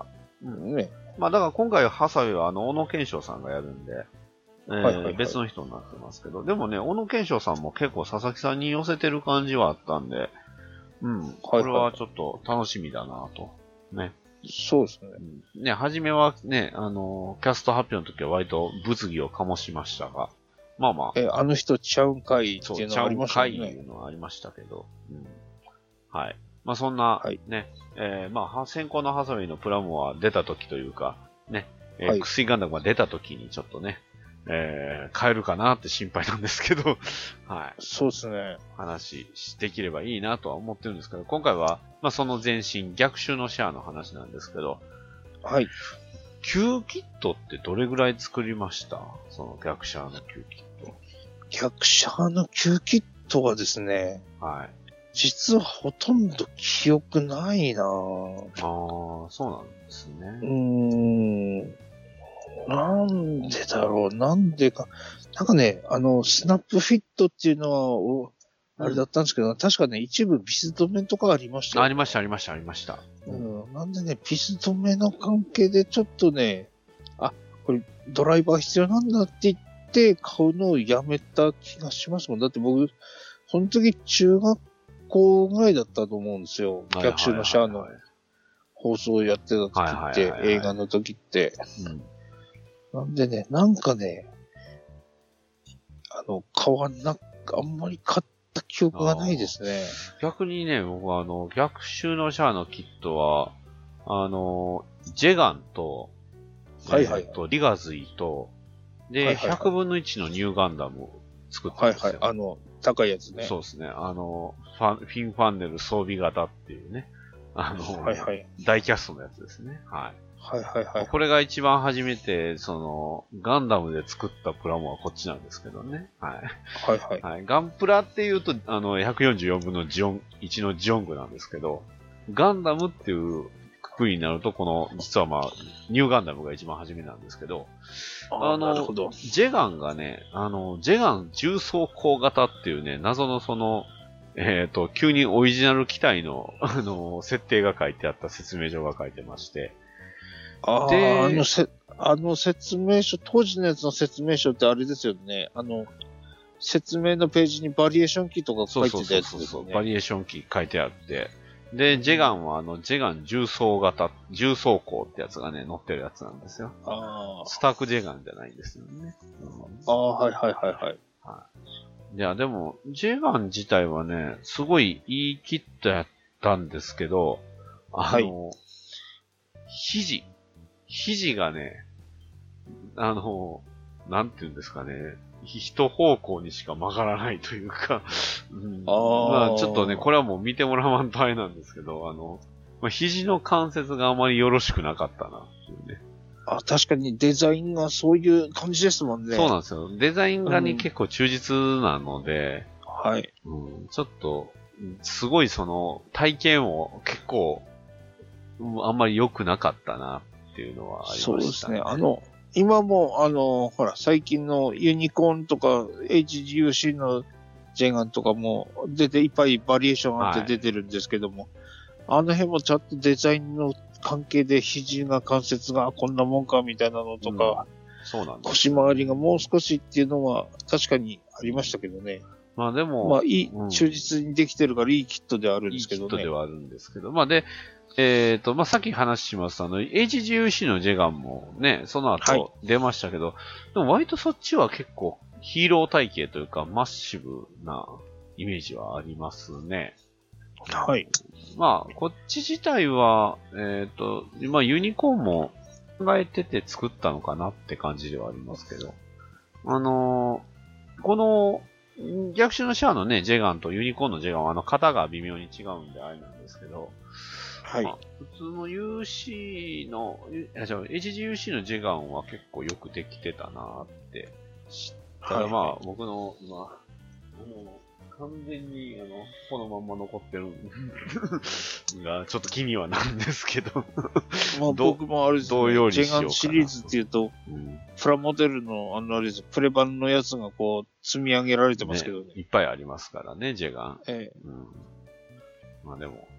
うん、ね。まあだから今回ハサウェイはあの、小野賢章さんがやるんで、えーはいはいはい、別の人になってますけど、でもね、小野賢章さんも結構佐々木さんに寄せてる感じはあったんで、うん、これはちょっと楽しみだなと。ね。 そうですね。 うん、ね、初めはね、あの、キャスト発表の時は割と物議を醸しましたが、まあまあ。 え、あの人ちゃうんかいっていうのはありましたね。 ちゃうんかいっていうのはありましたけど、うん、はい。まあそんな、はい、ね、えー、まあ先行のハサウェイのプラモは出た時というか、ね、えーはい、薬ガンダムが出た時にちょっとね、えー、変えるかなって心配なんですけど、はい。 そうですね。 話できればいいなとは思ってるんですけど、今回は、まあその前身、逆襲のシャアの話なんですけど、 はい。 旧キットってどれぐらい作りました？その逆シャアの旧キット。 逆シャアの旧キットはですね、 はい。 実はほとんど記憶ないなぁ。 ああ、そうなんですね。 うーん。なんでだろう、なんでか。なんかね、あの、スナップフィットっていうのは、あれだったんですけど、うん、確かね、一部ビス止めとかありましたよ、ね。 ありました、ありました、ありました。 うん。なんでね、ビス止めの関係でちょっとね、あ、これドライバー必要なんだって言って買うのをやめた気がしますもん。だって僕、その時中学校ぐらいだったと思うんですよ。逆襲のシャアの放送をやってた時って、映画の時って。うんなんでね、なんかね、あの、買わな、あんまり買った記憶がないですね。 逆にね、僕はあの、逆襲のシャアのキットは、あの、ジェガンと、 はいはい、はい。 えー、と、リガズイと、で、はいはいはい、ひゃくぶんのいちのニューガンダムを作ったんですよ。はいはい、 あの、高いやつね。 そうですね。あの、ファン、フィンファンネル装備型っていうね。あの、 はいはい、 大キャストのやつですね。はい。 はいはいはい。 これが一番初めて、その、ガンダムで作ったプラモはこっちなんですけどね。はい。 はいはい。 はい、ガンプラっていうと、あの、ひゃくよんじゅうよんぶんのジオン、いちのジオングなんですけど、ガンダムっていうくくりになると、この、実はまあ、ニューガンダムが一番初めなんですけど、 あ, あの、なるほど。 ジェガンがね、あの、ジェガン重装甲型っていうね、謎のその、えっ、ー、と、急にオリジナル機体の、あの、設定が書いてあった説明書が書いてまして、 ああ、あのせ、あの説明書、当時のやつの説明書ってあれですよね。あの、説明のページにバリエーションキーとか書いてたやつですね。そうそうそうそう。 バリエーションキー書いてあって。で、ジェガンはあの、ジェガン重装型、重装甲ってやつがね、乗ってるやつなんですよ。 ああ。 スタークジェガンじゃないんですよね。 うん、ああ、はいはいはいはい。 はい。いや、でも、ジェガン自体はね、すごいいいキットやったんですけど、あの、はい、肘。肘がね、あの、なんていうんですかね、一方向にしか曲がらないというか、うん、まあちょっとね、これはもう見てもらわんとあれなんですけど、あの、まあ、肘の関節があまりよろしくなかったなっていうね。 あ、確かにデザインがそういう感じですもんね。 そうなんですよ。デザインがね、うん、結構忠実なので、 はい。 うん、ちょっと、すごいその、体験も結構、あんまり良くなかったなっていうのはありましたね。 そうですね。あの、今も、あの、ほら、最近のユニコーンとか エイチジーユーシー のジェガンとかも出て、いっぱいバリエーションあって出てるんですけども、はい、あの辺もちゃんとデザインの関係で肘が関節がこんなもんかみたいなのとか、 うん、そうなんです、 腰回りがもう少しっていうのは確かにありましたけどね。 まあでも、 まあいい、うん、忠実にできてるからいいキットではあるんですけどね。 いいキットではあるんですけど、まあで、えっ、ー、と、まあ、さっき話しますと、あの、エイチジーユーシー のジェガンもね、その後出ましたけど、はい、でも割とそっちは結構ヒーロー体型というかマッシブなイメージはありますね。 はい。 まあ、こっち自体は、えっ、ー、と、まあ、ユニコーンも考えてて作ったのかなって感じではありますけど、あのー、この、逆襲のシャアのね、ジェガンとユニコーンのジェガンはあの型が微妙に違うんであれなんですけど、 はい。 まあ、普通の ユーシー の、あ、じゃあ エイチジーユーシー のジェガンは結構よくできてたなって知ったら、まあ、僕の、まあ、あの、完全に、あの、このまんま残ってるが、ちょっと気にはなんですけど。 まあ、僕もあれですね、 どうようにしようかな。 ジェガンシリーズっていうと、うん、プラモデルの、あの、あれです、プレ版のやつがこう、積み上げられてますけどね。ねいっぱいありますからね、ジェガン。 ええ。 うん、まあでも、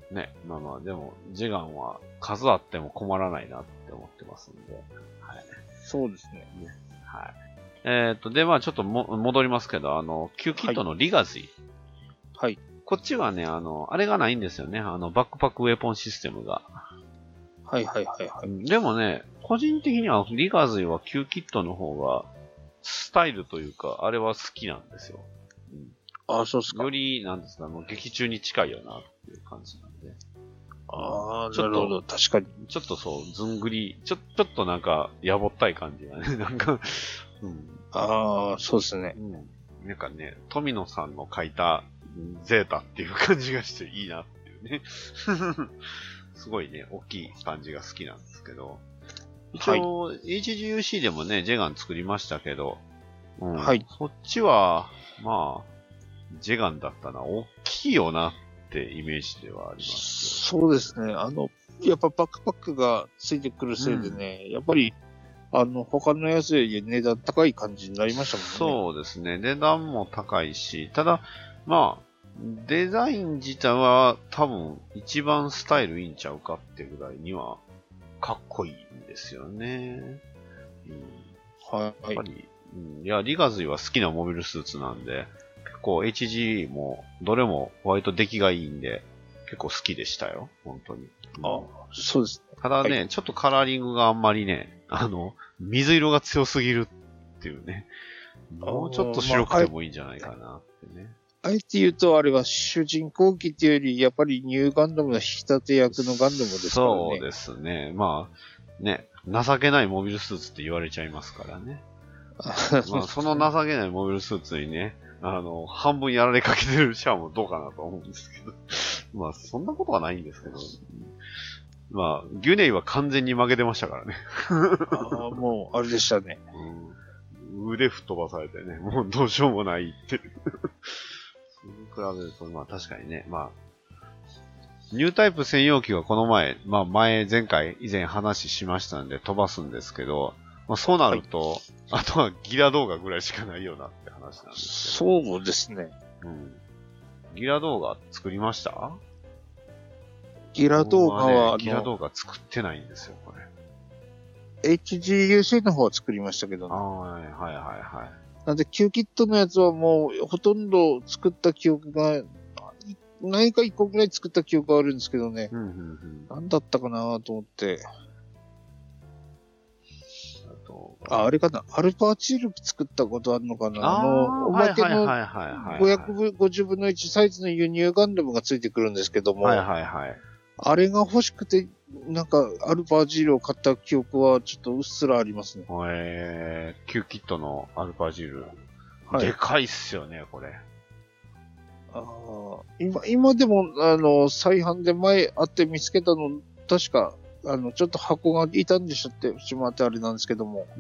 ね、まあまあ、でも、ジェガンは数あっても困らないなって思ってますんで。はい。 そうですね。 ねはい。えっ、ー、と、で、まあちょっとも戻りますけど、あの、Q キットのリガズィ。 はい。 こっちはね、あの、あれがないんですよね。あの、バックパックウェポンシステムが。 はいはいはいはい。 でもね、個人的にはリガズィは Q キットの方が、スタイルというか、あれは好きなんですよ。 うん、ああ、そうっすか。 より、なんですか、もう劇中に近いよなっていう感じなんで。 ああ、なるほど、確かに。 ちょっとそう、ずんぐり、ちょ、ちょっとなんか、やぼったい感じがね、なんか、 うん。ああ、そうですね。 うん。なんかね、富野さんの書いたゼータっていう感じがしていいなっていうね。すごいね、大きい感じが好きなんですけど。一応、はい、エイチジーユーシー でもね、ジェガン作りましたけど、うん、はい。そっちは、まあ、ジェガンだったな、大きいよなってイメージではあります。 そうですね。あの、やっぱバックパックがついてくるせいでね、うん、やっぱり、あの、他のやつより値段高い感じになりましたもんね。 そうですね。値段も高いし、ただ、まあ、デザイン自体は多分一番スタイルいいんちゃうかってぐらいにはかっこいいんですよね。うん、はい。やっぱり、うん、いや、リガズイは好きなモビルスーツなんで、結構 エイチジー もどれも割と出来がいいんで、結構好きでしたよ。本当に。 ああ、そうですね。 ただね、はい、ちょっとカラーリングがあんまりね、あの、水色が強すぎるっていうね。もうちょっと白くてもいいんじゃないかなってね。 あえて言うと、あれは主人公機っていうより、やっぱりニューガンダムの引き立て役のガンダムですからね。 そうですね。まあ、ね、情けないモビルスーツって言われちゃいますからね。まあ、その情けないモビルスーツにね、あの、半分やられかけてるシャアもどうかなと思うんですけど。まあ、そんなことはないんですけど。まあ、ギュネイは完全に負けてましたからね。 ああ、もう、あれでしたね。 うん、腕吹っ飛ばされてね、もうどうしようもないって。それに比べると、まあ確かにね、まあ、ニュータイプ専用機はこの前、まあ前、前回、以前話しましたんで飛ばすんですけど、まあそうなると、はい、あとはギラ動画ぐらいしかないよなって話なんですけど。そうですね。 うん。ギラ動画作りました？ ギラ動画は、 ね、ギラ動画作ってないんですよ、これ。エイチジーユーシー の方は作りましたけどね。 はいはいはいはい。 なんで、Q キットのやつはもう、ほとんど作った記憶が、何か一個ぐらい作った記憶があるんですけどね。うんうんうん、何だったかなと思って。あと、あ、あれかな。アルファチル作ったことあるのかな。あの、おまけのごひゃくごじゅうぶんのいちサイズの輸入ガンダムがついてくるんですけども。はいはいはい。あれが欲しくて、なんか、アルファジールを買った記憶はちょっとうっすらありますね。 えー、Q キットのアルファジール。はい、でかいっすよね、これ。 ああ、今、今でも、あの、再販で前あって見つけたの、確か、あの、ちょっと箱が傷んでしょって、しまってあれなんですけども。うん。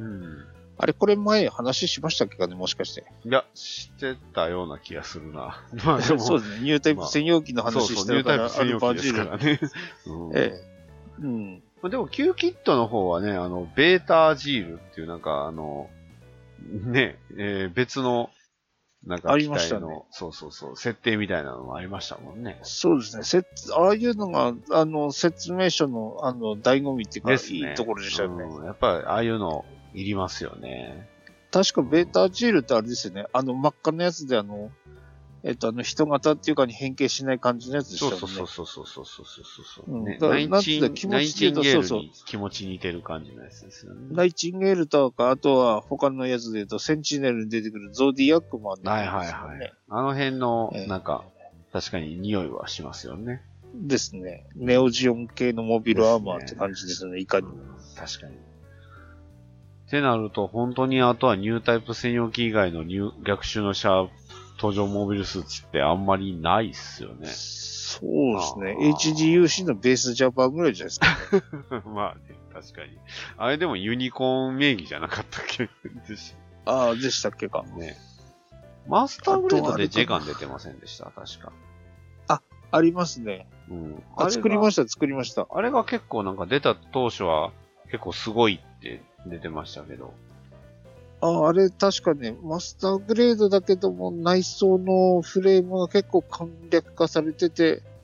あれ、これ前話しましたっけかね、もしかして。 いや、してたような気がするな。 まあでもそうですね。ニュータイプ専用機の話してるから、 そうそうニュータイプ専用機ですからね。うん、ええ。うん。でも、Q キットの方はね、あの、ベータジールっていうなんか、あの、ね、えー、別の、なんか、 ありましたね。 そうそうそう、設定みたいなのもありましたもんね。 そうですね。せああいうのが、あの、説明書の、あの、醍醐味っていうか、ね、いいところでしたよね。 うん、やっぱり、ああいうの、いりますよね。 確かベータジールってあれですよね。あの真っ赤なやつであの、えっとあの人型っていうかに変形しない感じのやつでしたよね。そうそうそうそうそうそうそうそう、うんね、ナイチン気持ちで言うとそうそう気持ち似てる感じのやつですよね。 ナイチンゲールとかあとは他のやつで言うとセンチネルに出てくるゾディアックもあるんですよね。はいはいはい。 あの辺のなんか、えー、確かに匂いはしますよね。 ですね。ネオジオン系のモビルアーマーって感じですね。いかに、うん。 確かに。ってなると、本当にあとはニュータイプ専用機以外のニュー逆襲のシャープ登場モビルスーツってあんまりないっすよね。 そうですね。エイチジーユーシー のベースジャパンぐらいじゃないですか、 ね。まあね、確かに。あれでもユニコーン名義じゃなかったっけああ、でしたっけか。ね。 マスターグレードでジェガン出てませんでした、確か。 あ、ありますね。うん。あ、作りました、作りました。 あれが結構なんか出た当初は結構すごいって出てましたけど。 あ、あれ確かね、マスターグレードだけども内装のフレームが結構簡略化されてて、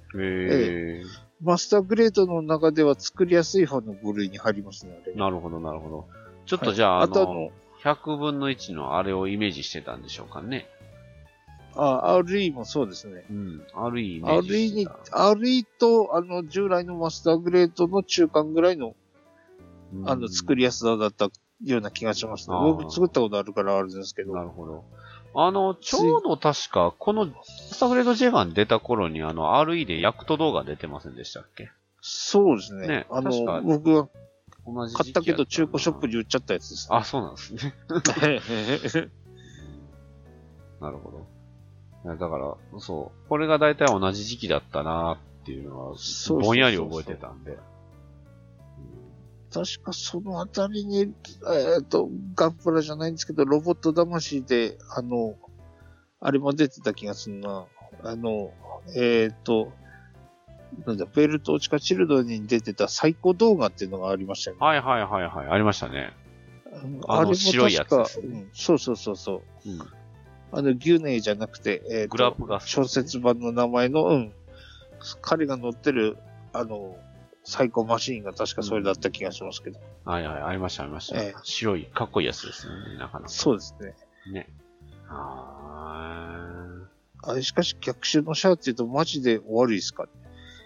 へえー。 マスターグレードの中では作りやすい方の部類に入りますね、あれ。 なるほど、なるほど。ちょっとじゃあ、はい、あの、あのひゃくぶんのいちのあれをイメージしてたんでしょうかね。 あ、アールイー もそうですね。 うん、アールイー イメージしてた。 アールイー に、アールイー と、あの、従来のマスターグレードの中間ぐらいの、あの、作りやすさだったような気がしますね。僕作ったことあるからあるんですけど。 なるほど。あの、ちょうど確か、このマスターグレード ジェガン出た頃に、あの、アールイー でヤクト動画出てませんでしたっけ？ そうですね。ね、あの、僕は、 同じ買ったけど中古ショップに売っちゃったやつです、 ね。あ、そうなんですね。なるほど。だから、そう。これが大体同じ時期だったなっていうのは、ぼんやり覚えてたんで。 確かそのあたりに、えっと、ガンプラじゃないんですけど、ロボット魂で、あの、あれも出てた気がするな。あの、えっと、なんだ、ベルトーチカチルドに出てた最高動画っていうのがありましたよね。 はいはいはいはい。ありましたね。 あれも白いやつですね、うん。そうそうそうそう。うん、あの、ギュネーじゃなくて、えっと、 グラップガス。 小説版の名前の、うん。彼が乗ってる、あの、最高マシーンが確かそれだった気がしますけど。 うん、はいはい、ありましたありました。えー、白い、かっこいいやつですよね、なかなか。 そうですね。 ね。ああれ、しかし逆襲のシャアって言うとマジで終わりですかね。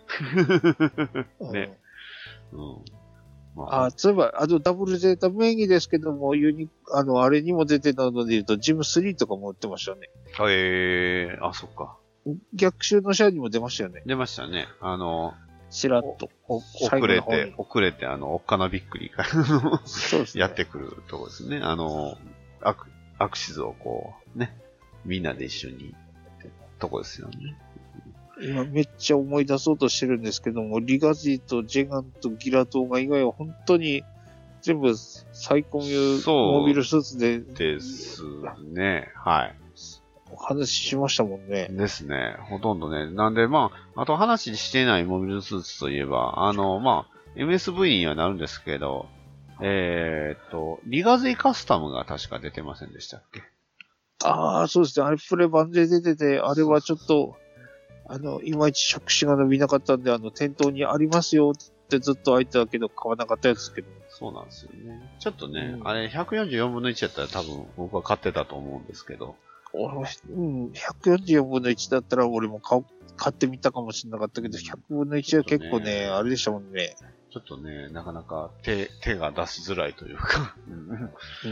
ね。 うん。まあ、あ、そういえば、あの、ダブルゼータ名義ですけども、ユニ、あの、あれにも出てたので言うと、ジムスリーとかも売ってましたね。 へえー、あ、そっか。 逆襲のシャアにも出ましたよね。 出ましたね。あの、 しらっと。 遅れて、遅れて、あの、おっかなびっくりがそうですね、やってくるとこですね。あの、アク、アクシズをこう、ね、みんなで一緒に、とこですよね。 今めっちゃ思い出そうとしてるんですけども、リガジーとジェガンとギラトーが以外は本当に全部サイコミュモビルスーツで。 ですね。はい。 お話ししましたもんね。 ですね。ほとんどね。なんでまあ、あと話してないモビルスーツといえば、あの、まあ、エムエスブイ にはなるんですけど、えー、っと、リガゼイカスタムが確か出てませんでしたっけ？ ああ、そうですね。あれプレ版で出てて、あれはちょっと、あの、いまいち触手が伸びなかったんで、あの、店頭にありますよってずっと空いてたけど、買わなかったやつですけど。 そうなんですよね。ちょっとね、うん、あれひゃくよんじゅうよんぶんのいちだったら多分僕は買ってたと思うんですけど。 うん、ひゃくよんじゅうよんぶんのいちだったら俺も買買ってみたかもしれなかったけど、ひゃくぶんのいちは結構ね、ねあれでしたもんね。 ちょっとね、なかなか手、手が出しづらいというか、 うん、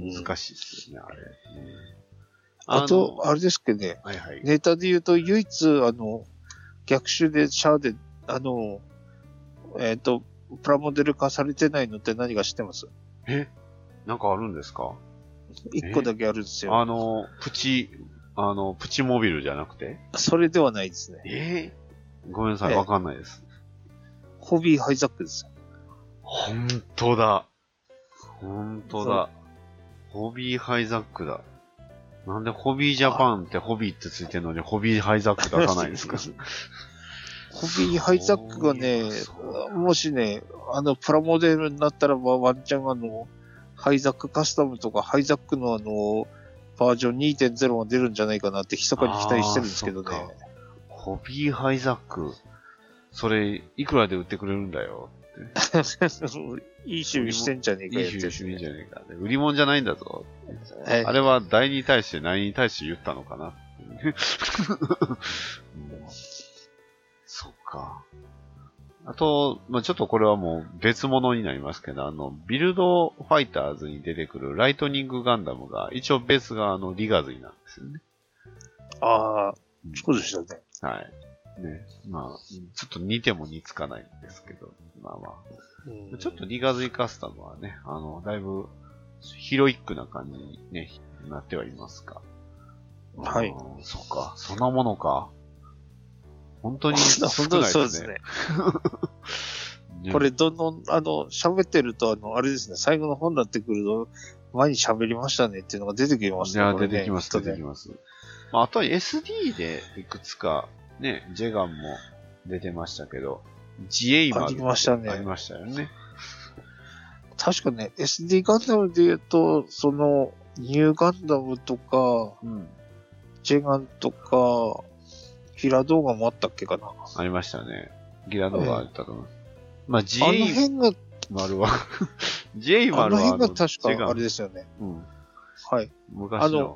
難しいですよね、あれ。 あと、あれですけどね、 はいはい、 ネタで言うと唯一、あの、逆襲でシャアで、あの、えっ、ー、と、プラモデル化されてないのって何か知ってます？ え？なんかあるんですか？ 一個だけあるんですよ。 あの、プチ、あの、プチモビルじゃなくて？ それではないですね。 えー、ごめんなさい、わかんないです。 ホビーハイザックですよ。 ほんとだ。ほんとだ。ホビーハイザックだ。なんでホビージャパンってホビーってついてるのにホビーハイザック出さないんですか？ ホビーハイザックがね、もしね、あの、プラモデルになったらばワンチャンあの、ハイザックカスタムとかハイザックのあの、バージョン にてんゼロ が出るんじゃないかなって密かに期待してるんですけどね。 ホビーハイザック、それ、いくらで売ってくれるんだよって。 いい趣味してんじゃねえかよ。いい趣味じゃねえか。売り物じゃないんだぞ。あれは台に対して何に対して言ったのかな。うん、そっか。あと、まあ、ちょっとこれはもう別物になりますけど、あの、ビルドファイターズに出てくるライトニングガンダムが、一応ベースがあの、リガズイなんですよね。 ああ、そうでしたね。 はい。ね。まあ、ちょっと似ても似つかないんですけど、まあまあ。うん、ちょっとリガズイカスタムはね、あの、だいぶヒロイックな感じにね、なってはいますか。 はい。 そっか、そんなものか。本当に少ないですね。そうですね。 これどんどん、あの、喋ってると、あの、あれですね、最後の本になってくると、前に喋りましたねっていうのが出てきますね。いや、出てきます、出てきます。まあ、あとは エスディー でいくつか、ね、ジェガンも出てましたけど、ジエイマーありましたね。 ありましたよね。 確かね、エスディー ガンダムで言うと、その、ニューガンダムとか、うん、ジェガンとか、 ギラ動画もあったっけかな。 ありましたね。ギラ動画あったと思います。まあ、J あの辺が、 丸は、J 丸は、 あの辺が確かあれですよね。 うん。 はい。 昔の。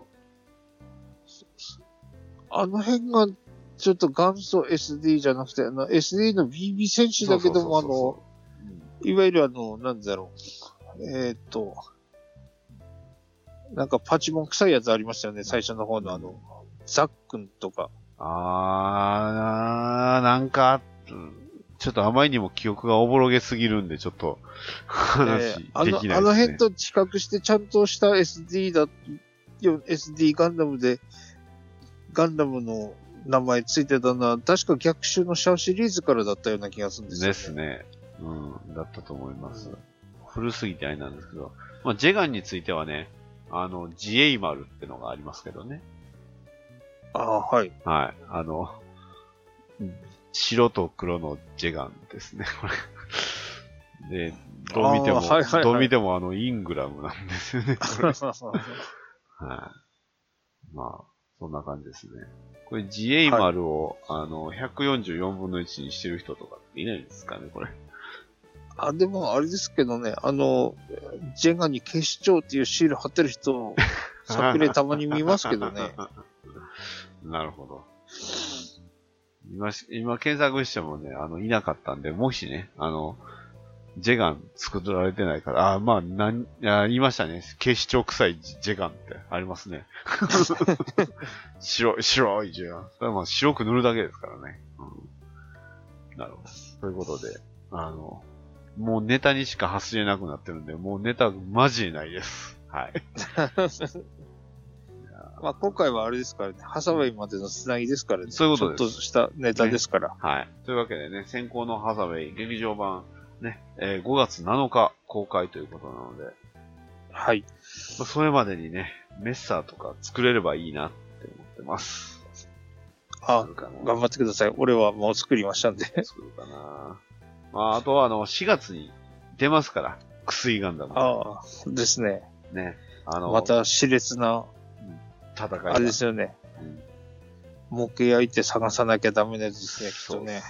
あの、あの辺が、ちょっと元祖 エスディー じゃなくて、あの エスディー の ビービー 戦士だけども、あの、いわゆるあの、なんだろう。えー、っと、なんかパチモン臭いやつありましたよね、最初の方のあの、ザックンとか。 あー、なんか、ちょっとあまりにも記憶がおぼろげすぎるんで、ちょっと話できないですね。 えー、あの、あの辺と比較してちゃんとした エスディー だ、エスディー ガンダムで、ガンダムの名前ついてたのは、確か逆襲のシャアシリーズからだったような気がするんですよね。 ですね。うん、だったと思います。うん、古すぎてあれなんですけど、まあ、ジェガンについてはね、あの、ジエイマルってのがありますけどね。 ああ、はい。 はい。あの、白と黒のジェガンですね、これ。で、どう見ても、はいはいはい、どう見てもあの、イングラムなんですよね。はい。まあ、そんな感じですね。これ ジエイマルを、はい、あの、ひゃくよんじゅうよんぶんのいちにしてる人とかっていないんですかね、これ。 あ、でもあれですけどね、あの、ジェガに警視庁っていうシール貼ってる人、作例たまに見ますけどね。 なるほど。今、今検索してもね、あの、いなかったんで、もしね、あの、ジェガン作られてないから、あ、まあ、なん、あ言いましたね。警視庁臭いジェガンってありますね。白い、白いジェガン。それはまあ白く塗るだけですからね。うん、なるほど。ということで、あの、もうネタにしか走れなくなってるんで、もうネタマジでないです。はい。 まあ今回はあれですからね、ハサウェイまでのつなぎですからね。 そういうことです。 ちょっとしたネタですから。 ね、はい。というわけでね、先行のハサウェイ劇場版、ね、えー、ごがつなのか公開ということなので、 はい。 まあ、それまでにね、メッサーとか作れればいいなって思ってます。 あ、頑張ってください。俺はもう作りましたんで。 作るかな。まあ、あとはあの、しがつに出ますから、薬ガンダム。 ああ、ですね。 ね。あの、 また熾烈な、 戦い。 あれですよね。うん、模型相手探さなきゃダメなやつですね、きっとね。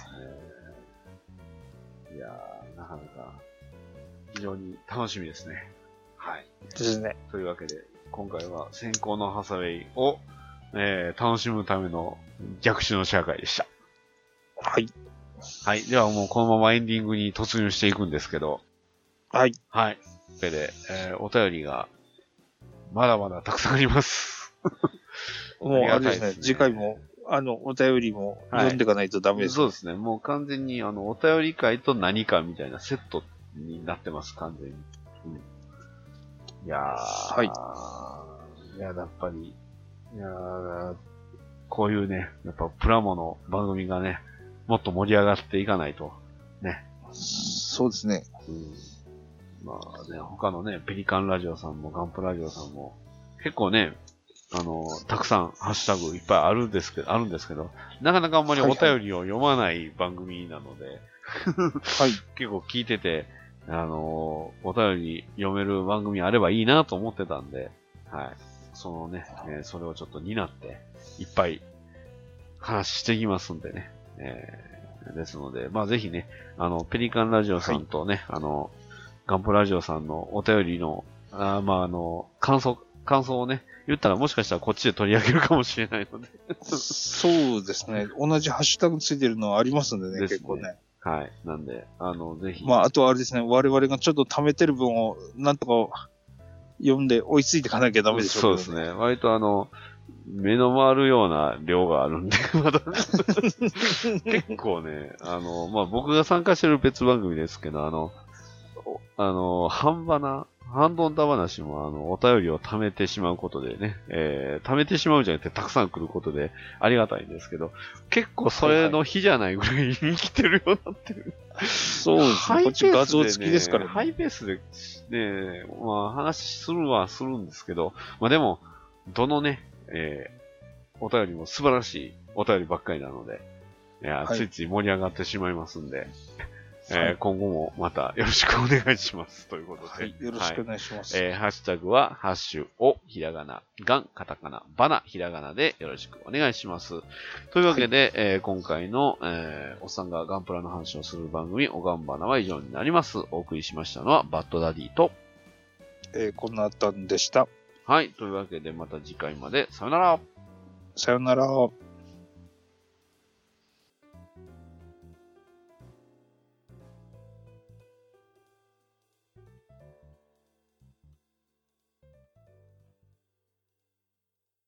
いやー、なかなか、非常に楽しみですね。はい。 ですね。 というわけで、今回は先行のハサウェイを、えー、楽しむための逆襲の社会でした。 はい。 はい。ではもうこのままエンディングに突入していくんですけど。 はい。 はい。というわけで、えー、お便りが、まだまだたくさんあります。 もうあれですね、次回も、あの、お便りも読んでいかないとダメです、 ねはい、そうですね。もう完全に、あの、お便り会と何かみたいなセットになってます、完全に。うん、いやー、はい。いや、やっぱり、いやー、こういうね、やっぱプラモの番組がね、もっと盛り上がっていかないと、ね。 そうですね。 うん、まあね、他のね、ペリカンラジオさんもガンプラジオさんも、結構ね、あの、たくさんハッシュタグいっぱいあるんですけど、あるんですけど、なかなかあんまりお便りを読まない番組なので、はい、結構聞いてて、あの、お便り読める番組あればいいなと思ってたんで、はい。そのね、えー、それをちょっと担って、いっぱい話していきますんでね。えー、ですので、まあぜひね、あの、ペリカンラジオさんとね、はい、あの、ガンプラジオさんのお便りの、あまああの、感想、感想をね、言ったらもしかしたらこっちで取り上げるかもしれないので。 そうですね。同じハッシュタグついてるのはありますんでね、でね結構ね。 はい。なんで、あの、ぜひ。 まあ、あとはあれですね、我々がちょっと貯めてる分を、なんとか読んで追いついていかなきゃダメでしょう、ね、 そうですね。割とあの、目の回るような量があるんで、まだ結構ね、あの、まあ、僕が参加してる別番組ですけど、あの、あの、半ばな、ハンドンダ話も、あの、お便りを貯めてしまうことでね、えー、貯めてしまうんじゃなくて、たくさん来ることで、ありがたいんですけど、結構それの日じゃないぐらいに来てるようになってる。 そうですね。こっち画像付きですから、ね。 ハイペースで、ね、まあ、話するはするんですけど、まあでも、どのね、えー、お便りも素晴らしいお便りばっかりなので、いや、はい、ついつい盛り上がってしまいますんで、 えーはい、今後もまたよろしくお願いします。ということで。 はい、よろしくお願いします。 はい、えー、ハッシュタグは、ハッシュ、お、ひらがな、ガン、カタカナ、バナ、ひらがなでよろしくお願いします。というわけで、はい、えー、今回の、えー、おっさんがガンプラの話をする番組、おがんばなは以上になります。お送りしましたのは、バッドダディと、 えー、こんなたんでした。 はい、というわけでまた次回まで、さよなら。 さよなら。